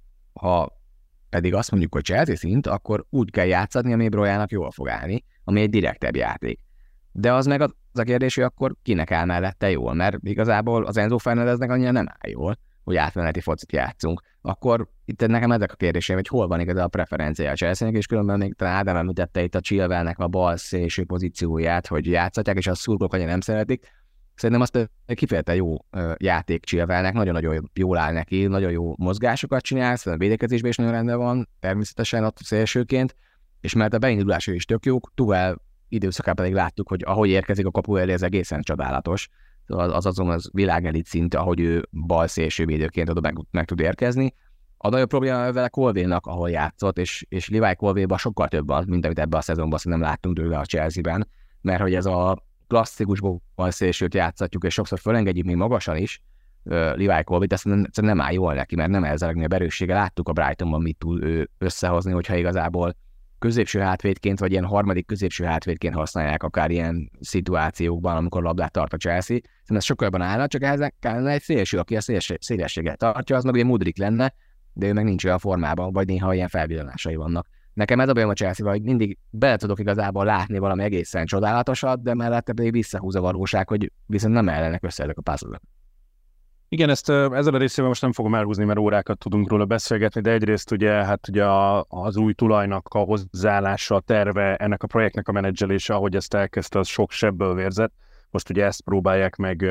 Ha pedig azt mondjuk, hogy Chelsea szint, akkor úgy kell játszani, ami Brojának jól fog állni, ami egy direktebb játék. De az meg az a kérdés, hogy akkor kinek áll mellette jól, mert igazából az Enzo Fernandeznek annyira nem áll jól, hogy átmeneti focit játszunk. Akkor itt nekem ezek a kérdéseim, hogy hol van igazán a preferenciája a Chelsea-nek, és különben még talán Ádám említette itt a Chilwellnek a bal szélső pozícióját, hogy játszatják, és a szurkolók annyira nem szeretik. Szerintem azt kifejezetten jó játék Chilwellnek, nagyon-nagyon jól áll neki, nagyon jó mozgásokat csinál, szerintem a védekezésben is nagyon rendben van, természetesen ott szélsőként, és mert a beindulása is tök jók, Tuchel időszakában pedig láttuk, hogy ahogy érkezik a kapu elé, ez egészen csodálatos. Az azon az világelit szint, ahogy ő bal szélsővédőként oda meg, meg tud érkezni. A nagyobb probléma vele Colville-nak, ahol játszott, és, és Levi Colville-ban sokkal több van, mint amit ebben a szezonban szerintem láttunk tőle a Chelsea-ben, mert hogy ez a klasszikus bal szélsőt játszatjuk, és sokszor fölengedjük még magasan is uh, Levi Colville-t, ezt nem, nem áll jól neki, mert nem ez a legnagyobb erőssége. Láttuk a Brightonban, mit tud ő összehozni, hogyha igazából középső hátvédként, vagy ilyen harmadik középső hátvédként használják akár ilyen szituációkban, amikor labdát tart a Chelsea. Szerintem ez sokkal jobban állna, csak ehhez kellene egy szélső, aki a szélességet tartja, az meg ugye Mudryk lenne, de ő meg nincs olyan formában, vagy néha ilyen felvillanásai vannak. Nekem ez a bajom a Chelsea-val, hogy mindig bele tudok igazából látni valami egészen csodálatosat, de mellette pedig visszahúz a valóság, hogy viszont nem ellenek össze ezek a puzzle-ök. Igen, ezt ezzel a részével most nem fogom elhúzni, mert órákat tudunk róla beszélgetni, de egyrészt ugye, hát ugye a, az új tulajnak a hozzáállása, a terve, ennek a projektnek a menedzselése, ahogy ezt elkezdte, az sok sebből vérzett. Most ugye ezt próbálják meg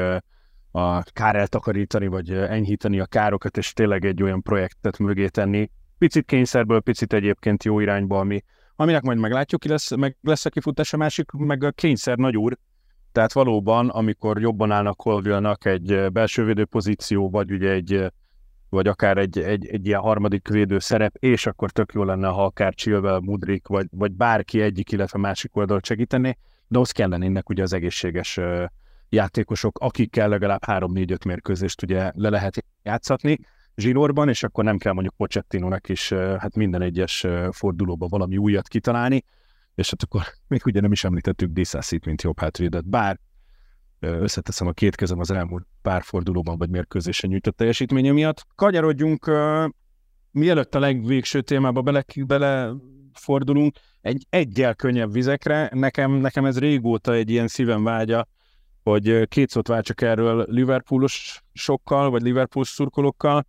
a kár eltakarítani, vagy enyhíteni a károkat, és tényleg egy olyan projektet mögé tenni. Picit kényszerből, picit egyébként jó irányba, ami, aminek majd meglátjuk, ki lesz, meg lesz a kifutás, a másik, meg a kényszer nagy úr. Tehát valóban, amikor jobban állnak Colville-nak egy belső védőpozíció, vagy ugye egy, vagy akár egy, egy, egy ilyen harmadik védő szerep, és akkor tök jó lenne, ha akár Chilwell, Mudryk, vagy, vagy bárki egyik, illetve másik oldalt segítené, de ahhoz kellenének ugye az egészséges játékosok, akikkel legalább három-négy-öt mérkőzést ugye le lehet játszatni zsinórban, és akkor nem kell mondjuk Pochettinónak is hát minden egyes fordulóban valami újat kitalálni, és hát akkor még ugye nem is említettük Disasi-t, mint jobb hátvédet, bár összeteszem a két kezem az elmúlt pár fordulóban vagy mérkőzésen nyújtott teljesítménye miatt. Kanyarodjunk, mielőtt a legvégső témába bele, bele fordulunk, egy egyel könnyebb vizekre. Nekem, nekem ez régóta egy ilyen szívem vágya, hogy két szót váltsak erről Liverpoolos sokkal, vagy Liverpool szurkolókkal,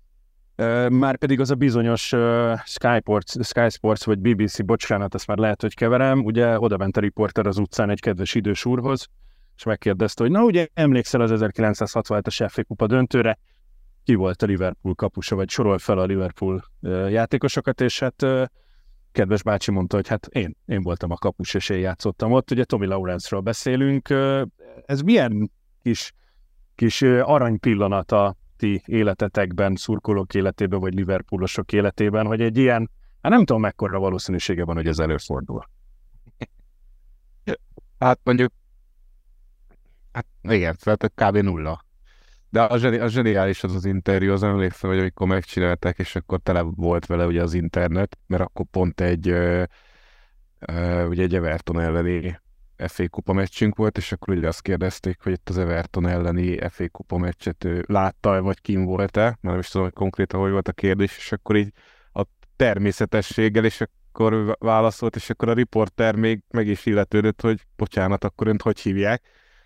már pedig az a bizonyos Sky Sports, Sky Sports vagy bé bé cé, bocsánat, ezt már lehet, hogy keverem, ugye oda ment a riporter az utcán egy kedves idős úrhoz, és megkérdezte, hogy na ugye emlékszel az ezerkilencszázhatvanhetes ef á kupa döntőre, ki volt a Liverpool kapusa, vagy sorol fel a Liverpool játékosokat, és hát kedves bácsi mondta, hogy hát én, én voltam a kapus, és én játszottam ott. Ugye Tommy Lawrence-ről beszélünk. Ez milyen kis, kis arany pillanat a ti életetekben, szurkolók életében, vagy Liverpoolosok életében, hogy egy ilyen, hát nem tudom mekkora valószínűsége van, hogy ez előfordul. Hát mondjuk, hát igen, tehát kb. Nulla. De a, zseni, a zseniális az az interjú, az emlékszem, hogy amikor megcsinálták, és akkor tele volt vele ugye az internet, mert akkor pont egy ö, ö, ugye egy Everton elleni ef á kupa meccsünk volt, és akkor ugye azt kérdezték, hogy itt az Everton elleni ef á kupa meccset ő látta, vagy kim volt-e, mert nem is tudom, hogy konkrétan hogy volt a kérdés, és akkor így a természetességgel, és akkor válaszolt, és akkor a riporter még meg is illetődött, hogy bocsánat, akkor önt hogy hívják.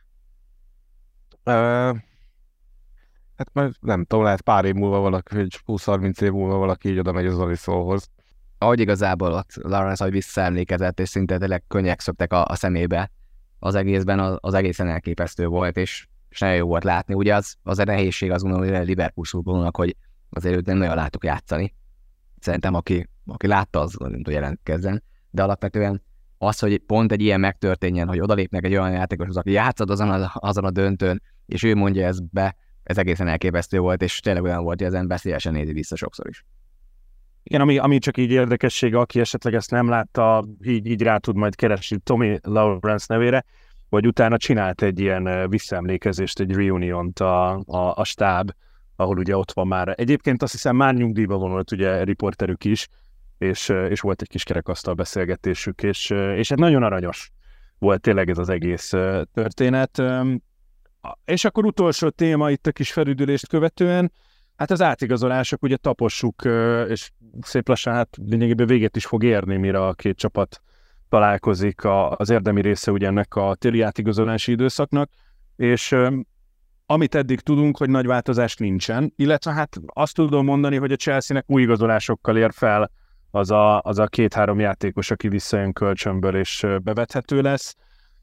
Uh, Hát már nem tudom, lehet pár év múlva valaki, vagy húsz-harminc év múlva valaki így oda megy az Alissonhoz. Ahogy igazából ott Lawrence, ahogy visszaemlékezett, és szinte tényleg könnyek szöktek a, a szemébe az egészben, az, az egészen elképesztő volt, és, és nagyon jó volt látni. Ugye az, az a nehézség az gondolom, hogy a Liverpool szurkolónak, hogy azért őt nem nagyon látok játszani. Szerintem aki, aki látta, az nem tud jelentkezzen. De alapvetően az, hogy pont egy ilyen megtörténjen, hogy odalépnek egy olyan játékoshoz, aki játszott azon a, azon a döntőn, és ő mondja ezt be, ez egészen elképesztő volt, és tényleg olyan volt, hogy az ember szívesen nézi vissza sokszor is. Igen, ami, ami csak így érdekessége, aki esetleg ezt nem látta, így, így rá tud majd keresni Tommy Lawrence nevére, vagy utána csinált egy ilyen visszaemlékezést, egy reuniont a, a, a stáb, ahol ugye ott van már. Egyébként azt hiszem már nyugdíjba vonult ugye riporterük is, és, és volt egy kis kerekasztal beszélgetésük, és, és hát nagyon aranyos volt tényleg ez az egész történet. És akkor utolsó téma itt a kis felüdülést követően, hát az átigazolások, ugye tapossuk, és szép lassan hát lényegében véget is fog érni, mire a két csapat találkozik az érdemi része ugye ennek a téli átigazolási időszaknak, és amit eddig tudunk, hogy nagy változás nincsen, illetve hát azt tudom mondani, hogy a Chelsea-nek új igazolásokkal ér fel az a, az a két-három játékos, aki visszajön kölcsönből és bevethető lesz.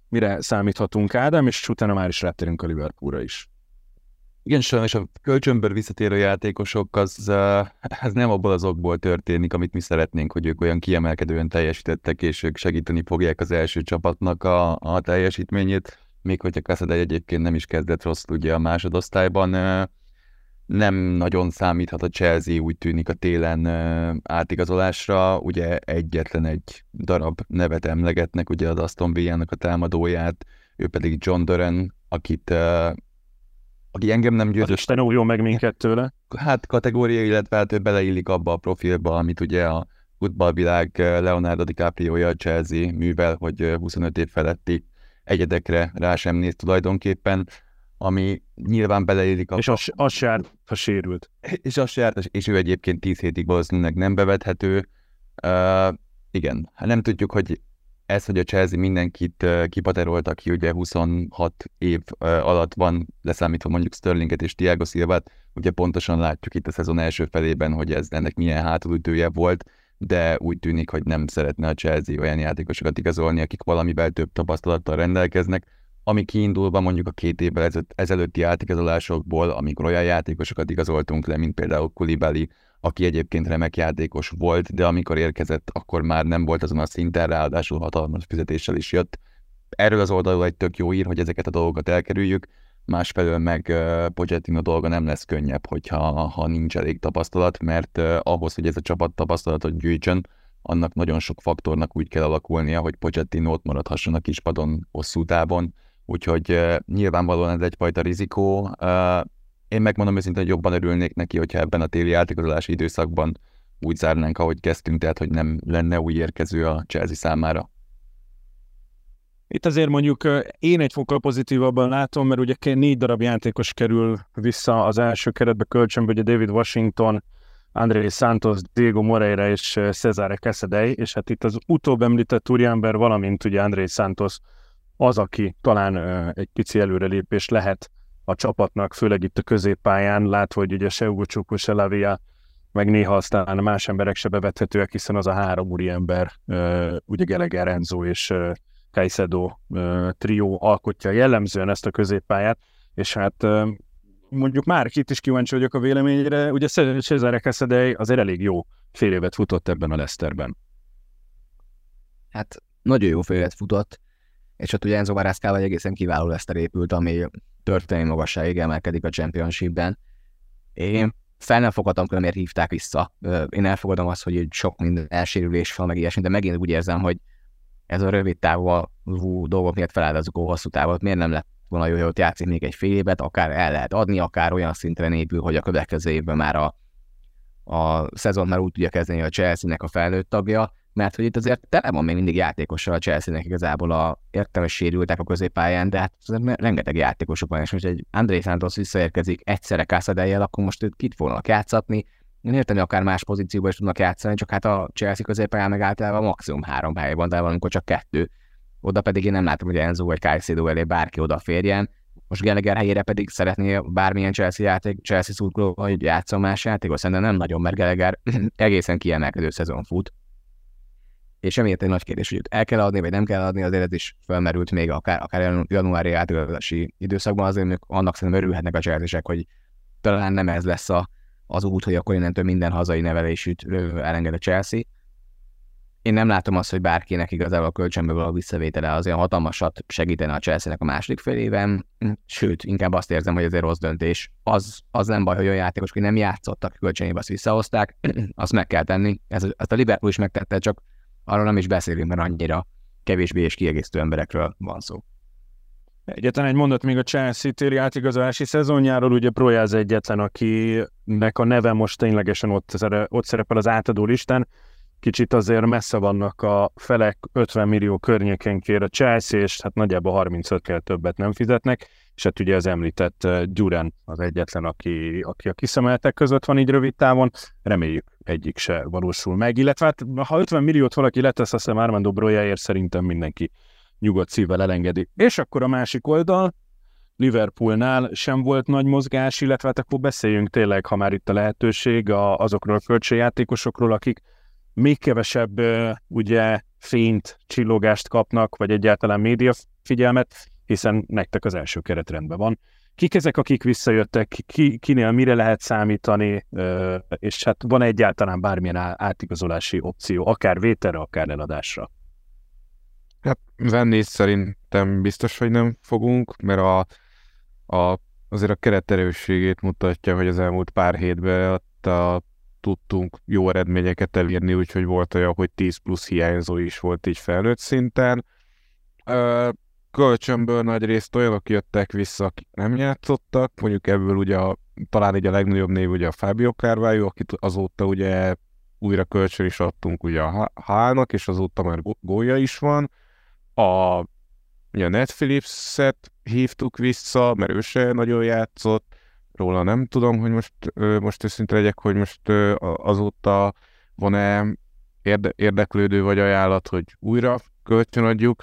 mire számíthatunk, Ádám, és utána már is rátérünk a Liverpoolra is. Igen, sajnos a kölcsönből visszatérő játékosok az, az nem abból az okból történik, amit mi szeretnénk, hogy ők olyan kiemelkedően teljesítettek, és ők segíteni fogják az első csapatnak a, a teljesítményét, még hogyha Casadei egyébként nem is kezdett rosszul ugye a másodosztályban. Nem nagyon számíthat a Chelsea, úgy tűnik a télen átigazolásra, ugye egyetlen egy darab nevet emlegetnek, ugye az Aston Villának a támadóját, ő pedig John Duran, akit aki engem nem győzött. Isten újjon meg minket tőle. Hát kategória, illetve hát ő beleillik abba a profilba, amit ugye a futballvilág Leonardo DiCaprio-ja a Chelsea művel, hogy huszonöt év feletti egyedekre rá sem néz tulajdonképpen, ami nyilván beleillik abba. És az, az se járt, ha sérült. És az se járt, és ő egyébként tíz hétig valószínűleg nem bevethető. Uh, igen, hát nem tudjuk, hogy ez, hogy a Chelsea mindenkit uh, kipaterolt, aki ugye huszonhat év uh, alatt van, leszámítva mondjuk Sterlinget és Thiago Silvát, ugye pontosan látjuk itt a szezon első felében, hogy ez ennek milyen hátulütője volt, de úgy tűnik, hogy nem szeretne a Chelsea olyan játékosokat igazolni, akik valamivel több tapasztalattal rendelkeznek, ami kiindulva mondjuk a két évvel ezelőtti átigazolásokból, amikor olyan játékosokat igazoltunk le, mint például Koulibaly, aki egyébként remek játékos volt, de amikor érkezett, akkor már nem volt azon a szinten, ráadásul hatalmas fizetéssel is jött. Erről az oldalról egy tök jó ír, hogy ezeket a dolgokat elkerüljük, másfelől meg uh, Pochettino dolga nem lesz könnyebb, hogyha ha nincs elég tapasztalat, mert uh, ahhoz, hogy ez a csapat tapasztalatot gyűjtsön, annak nagyon sok faktornak úgy kell alakulnia, hogy Pochettino ott maradhasson a kispadon hosszú távon, úgyhogy uh, nyilvánvalóan ez egyfajta rizikó. Uh, én megmondom őszintén, hogy jobban örülnék neki, hogyha ebben a téli játékozási időszakban úgy zárnánk, ahogy kezdtünk, tehát hogy nem lenne új érkező a Chelsea számára. Itt azért mondjuk én egy fokkal pozitívabban látom, mert ugye négy darab játékos kerül vissza az első keretbe kölcsönbe, ugye David Washington, André Santos, Diego Moreira és Cesare Casadei, és hát itt az utóbb említett úriember, valamint ugye André Santos az, aki talán egy pici előrelépés lehet a csapatnak, főleg itt a középpályán, látva, hogy ugye se Hugo Csukwu, se Lavia, meg néha aztán más emberek se bevethetőek, hiszen az a három úriember, ugye Gallagher, Enzo és Caicedo uh, trió alkotja jellemzően ezt a középpályát, és hát uh, mondjuk már itt is kíváncsi vagyok a véleményére, ugye Cesare Casadei azért elég jó fél évet futott ebben a Leicesterben. Hát nagyon jó fél évet futott, és ott ugye Enzo Marescával egy egészen kiváló Leicester épült, ami történelmi magasságig emelkedik a Championshipben. Én fel nem fogadtam, hogy miért hívták vissza. Én elfogadom azt, hogy sok minden elsérülés van, meg ilyesmi, de megint úgy érzem, hogy ez a rövid távú dolgok miatt feláldozunk a hosszú távot, miért nem lett volna jó, hogy ott játszik még egy fél évet, akár el lehet adni, akár olyan szintre épül, hogy a következő évben már a, a szezon már úgy tudja kezdeni a Chelsea-nek a felnőtt tagja, mert hogy itt azért tele van még mindig játékossal a Chelsea-nek igazából a értelmes sérültek a középpályán, de hát rengeteg játékosok van, és most egy André Santos visszaérkezik egyszerre Casadei-jel, akkor most őt kit fognak játszatni. Én értem, hogy akár más pozícióban is tudnak játszani, csak hát a Chelsea középpályán meg általában maximum három hely van, de valamikor csak kettő. Oda pedig én nem látom, hogy Enzo vagy Caicedo elé bárki odaférjen. Most Gallagher helyére pedig szeretné bármilyen Chelsea játék, Chelsea szurkoló, hogy játszon más játékot, szerintem nem nagyon, mert Gallagher egészen kiemelkedő szezon fut. És emiatt egy nagy kérdés, hogy őt el kell adni, vagy nem kell adni, azért ez is felmerült még akár, akár januári átigazolási időszakban, azért ők annak szerintem örülhetnek a Chelsea-sek, hogy talán nem ez lesz a az út, hogy akkor innentől minden hazai nevelésűt elenged a Chelsea. Én nem látom azt, hogy bárkinek igazából a kölcsönből a visszavétele azért hatalmasat segítene a Chelsea-nek a második fél éven, sőt, inkább azt érzem, hogy ez rossz döntés. Az, az nem baj, hogy olyan játékos, hogy nem játszottak kölcsönébe, azt visszahozták, azt meg kell tenni. Ez, ezt a Liverpool is megtette, csak arról nem is beszélünk, mert annyira kevésbé és kiegészítő emberekről van szó. Egyetlen egy mondat még a Chelsea téli átigazolási szezonjáról, ugye Projáz egyetlen, akinek a neve most ténylegesen ott, ott szerepel az átadó listán. Kicsit azért messze vannak a felek, ötven millió környéken kér a Chelsea, és hát nagyjából harmincötkel többet nem fizetnek, és hát ugye az említett Duran az egyetlen, aki, aki a kiszemeltek között van így rövid távon, reméljük egyik se valósul meg, illetve hát ha ötven milliót valaki letesz, azt hiszem Armando Brojáért szerintem mindenki nyugodt szívvel elengedi. És akkor a másik oldal, Liverpoolnál sem volt nagy mozgás, illetve hát akkor beszéljünk tényleg, ha már itt a lehetőség, a, azokról a kölcsönjátékosokról, akik még kevesebb ugye fényt, csillogást kapnak, vagy egyáltalán média figyelmet, hiszen nektek az első keretrendben van. Kik ezek, akik visszajöttek, ki, kinél mire lehet számítani, és hát van egyáltalán bármilyen átigazolási opció, akár vételre, akár eladásra? Hát venni szerintem biztos, hogy nem fogunk, mert a, a, azért a keret erősségét mutatja, hogy az elmúlt pár hétben ott a, tudtunk jó eredményeket elérni, úgyhogy volt olyan, hogy tíz plusz hiányzó is volt így felnőtt szinten. Kölcsönből nagy részt olyanok jöttek vissza, akik nem játszottak, mondjuk ebből ugye a, talán így a legnagyobb név ugye a Fábio Carvalho, akit azóta ugye újra kölcsön is adtunk ugye a Hálnak, és azóta már gólja is van. A, ugye a Ned Phillips-et hívtuk vissza, mert ő se nagyon játszott, róla nem tudom, hogy most, most őszinte legyek, hogy most azóta van-e érde, érdeklődő vagy ajánlat, hogy újra kölcsön adjuk,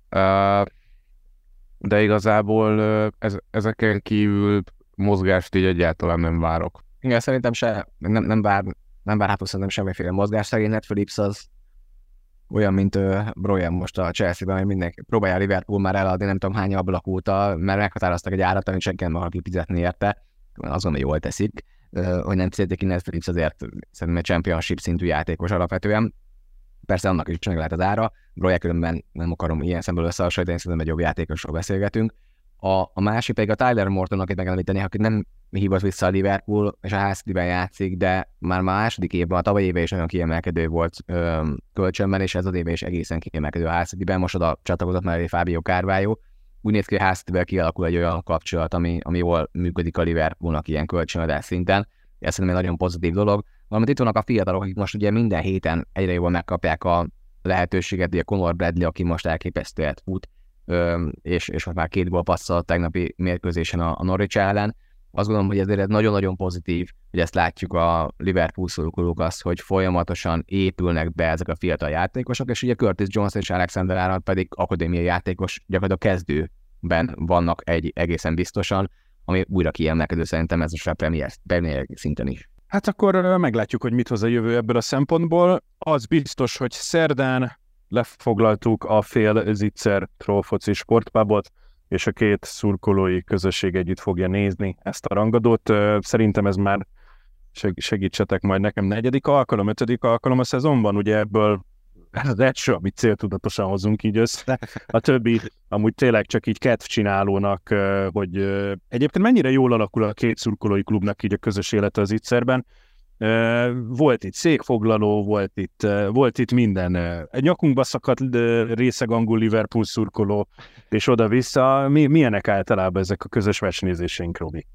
de igazából ez, ezeken kívül mozgást így egyáltalán nem várok. Igen, szerintem se, nem, nem vár, nem várható szerintem semmiféle mozgás. Szerint Ned Phillips az olyan, mint uh, Broyan most a Chelsea-ben, hogy mindenki próbálja a Liverpool már eladni, nem tudom hány ablak óta, mert meghatároztak egy árat, amit senki nem akar kifizetni érte. Azon, hogy jól teszik, uh, hogy nem fizetik ki, Ned Phillips azért szerintem egy championship szintű játékos alapvetően. Persze annak is meg lehet az ára. Broyan különben nem akarom ilyen szemből összehasonlítani, szerintem egy jobb játékosról beszélgetünk. A, a másik pedig a Tyler Morton, akit megemlíteni, akit nem hívott vissza a Liverpool, és a Hull City-ben játszik, de már második évben, a tavalyi évben is nagyon kiemelkedő volt ö, kölcsönben, és ez az évben is egészen kiemelkedő a Hull City-ben. Most oda csatlakozott mellé Fábio Carvalho. Úgy néz ki, hogy a Hull City-vel kialakul egy olyan kapcsolat, ami, ami jól működik a Liverpoolnak ilyen kölcsönadás szinten. Ez szerintem egy nagyon pozitív dolog. Valamint itt vannak a fiatalok, akik most ugye minden héten egyre jobban megkapják a lehetőséget, ugye Conor Bradley, aki most elképesztően fut, és, és most már két gól passzolt tegnapi mérkőzésen a, a Norwich ellen. Azt gondolom, hogy ezért nagyon-nagyon pozitív, hogy ezt látjuk a Liverpool szurkolók azt, hogy folyamatosan épülnek be ezek a fiatal játékosok, és ugye Curtis Jones és Alexander Arnold pedig akadémiai játékos, gyakorlatilag a kezdőben vannak egy egészen biztosan, ami újra kiemelkedő szerintem ez most a Premier, Premier szinten is. Hát akkor meglátjuk, hogy mit hoz a jövő ebből a szempontból. Az biztos, hogy szerdán lefoglaltuk a fél Zicser trollfoci sportpubot, és a két szurkolói közösség együtt fogja nézni ezt a rangadót. Szerintem ez már, segítsetek majd nekem, negyedik alkalom, ötödik alkalom a szezonban, ugye ebből ez az első, amit céltudatosan hozunk így össze. A többi amúgy tényleg csak így kedvcsinálónak, hogy egyébként mennyire jól alakul a két szurkolói klubnak így a közös élete az Zicserben. Volt itt székfoglaló, volt itt, volt itt minden. Egy nyakunkba szakadt részeg angol Liverpool szurkoló, és oda-vissza. Mi, milyenek általában ezek a közös meccsnézéseink, Robi?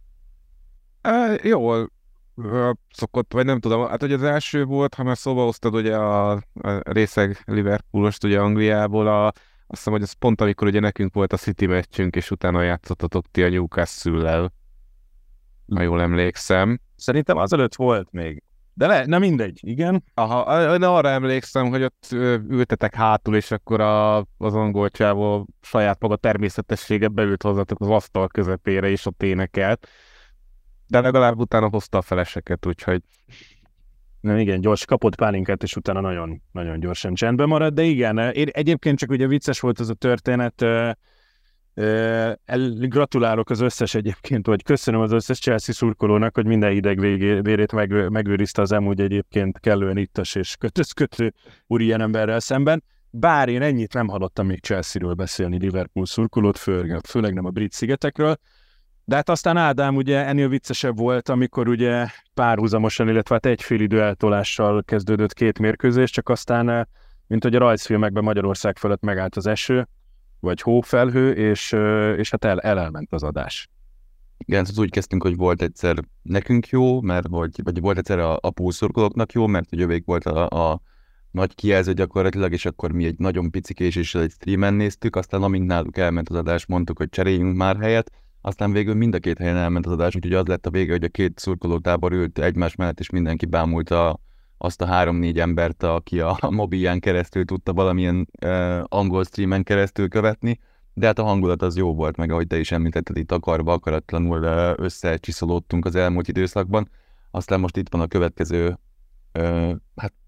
E, jól szokott, vagy nem tudom, hát hogy az első volt, ha már szóba hoztad ugye a, a részeg Liverpoolost ugye Angliából, a, azt hiszem, hogy ez pont amikor ugye nekünk volt a City meccsünk, és utána játszottatok ti a Newcastle-lel, ha jól emlékszem. Szerintem azelőtt volt még. De le, nem mindegy, igen. Aha, én arra emlékszem, hogy ott ültetek hátul, és akkor a, az angol csávó saját maga természetessége beült hozzatok az asztal közepére, és ott énekelt. De legalább utána hozta a feleseket, úgyhogy... Nem, igen, gyors kapott pálinkát, és utána nagyon, nagyon gyorsan csendben maradt, de igen, egyébként csak ugye vicces volt az a történet. Gratulálok az összes egyébként, vagy köszönöm az összes Chelsea szurkolónak, hogy minden hideg vérét meg, megőrizte az emúgy egyébként kellően ittas és kötözkötő úri ilyen emberrel szemben. Bár én ennyit nem hallottam még Chelsea-ről beszélni Liverpool szurkolót, fő, főleg nem a brit szigetekről. De hát aztán Ádám ugye ennél viccesebb volt, amikor ugye párhuzamosan, illetve hát egy fél idő eltolással kezdődött két mérkőzés, csak aztán, mint hogy a rajzfilmekben Magyarország fölött megállt az eső, vagy hófelhő, és, és hát el, elment az adás. Igen, szóval úgy kezdtünk, hogy volt egyszer nekünk jó, mert vagy, vagy volt egyszer a, a púlszurkolóknak jó, mert hogy övék volt a, a nagy kijelző gyakorlatilag, és akkor mi egy nagyon pici késéssel egy streamen néztük, aztán amint náluk elment az adás, mondtuk, hogy cseréljünk már helyet, aztán végül mind a két helyen elment az adás, úgyhogy az lett a vége, hogy a két szurkolótábor ült egymás mellett, és mindenki bámulta azt a három-négy embert, aki a mobilján keresztül tudta valamilyen uh, angol streamen keresztül követni, de hát a hangulat az jó volt, meg ahogy te is említetted, itt akarva, akaratlanul uh, összecsiszolódtunk az elmúlt időszakban. Aztán most itt van a következő uh, hát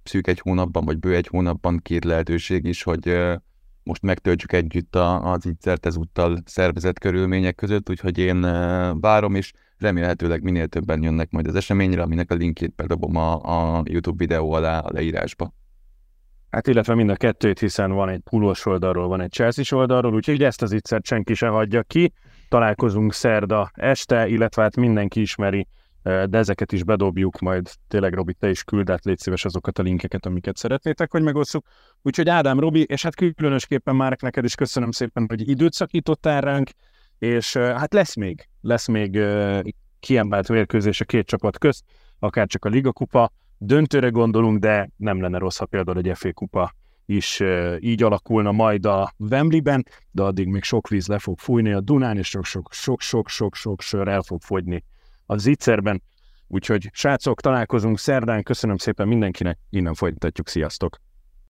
szűk egy hónapban, vagy bő egy hónapban két lehetőség is, hogy most megtöltsük együtt a, az ígyszert ezúttal szervezett körülmények között, úgyhogy én várom, és remélhetőleg minél többen jönnek majd az eseményre, aminek a linkjét bedobom a, a YouTube videó alá a leírásba. Hát illetve mind a kettőt, hiszen van egy pulós oldalról, van egy Chelsea oldalról, úgyhogy ezt az ígyszert senki se hagyja ki. Találkozunk szerda este, illetve hát mindenki ismeri, de ezeket is bedobjuk, majd tényleg Robi, te is küld át, légy szíves azokat a linkeket, amiket szeretnétek, hogy megosszuk. Úgyhogy Ádám, Robi, és hát különösképpen Márk, neked is köszönöm szépen, hogy időt szakítottál ránk, és hát lesz még, lesz még kiemelt mérkőzés a két csapat közt, akár csak a Liga kupa, döntőre gondolunk, de nem lenne rossz, ha például egy ef á kupa is így alakulna majd a Wembleyben, de addig még sok víz le fog fújni a Dunán, és sok-sok-sok-sok sör el fog fogyni a Zicserben. Úgyhogy srácok, találkozunk szerdán, köszönöm szépen mindenkinek, innen folytatjuk, sziasztok!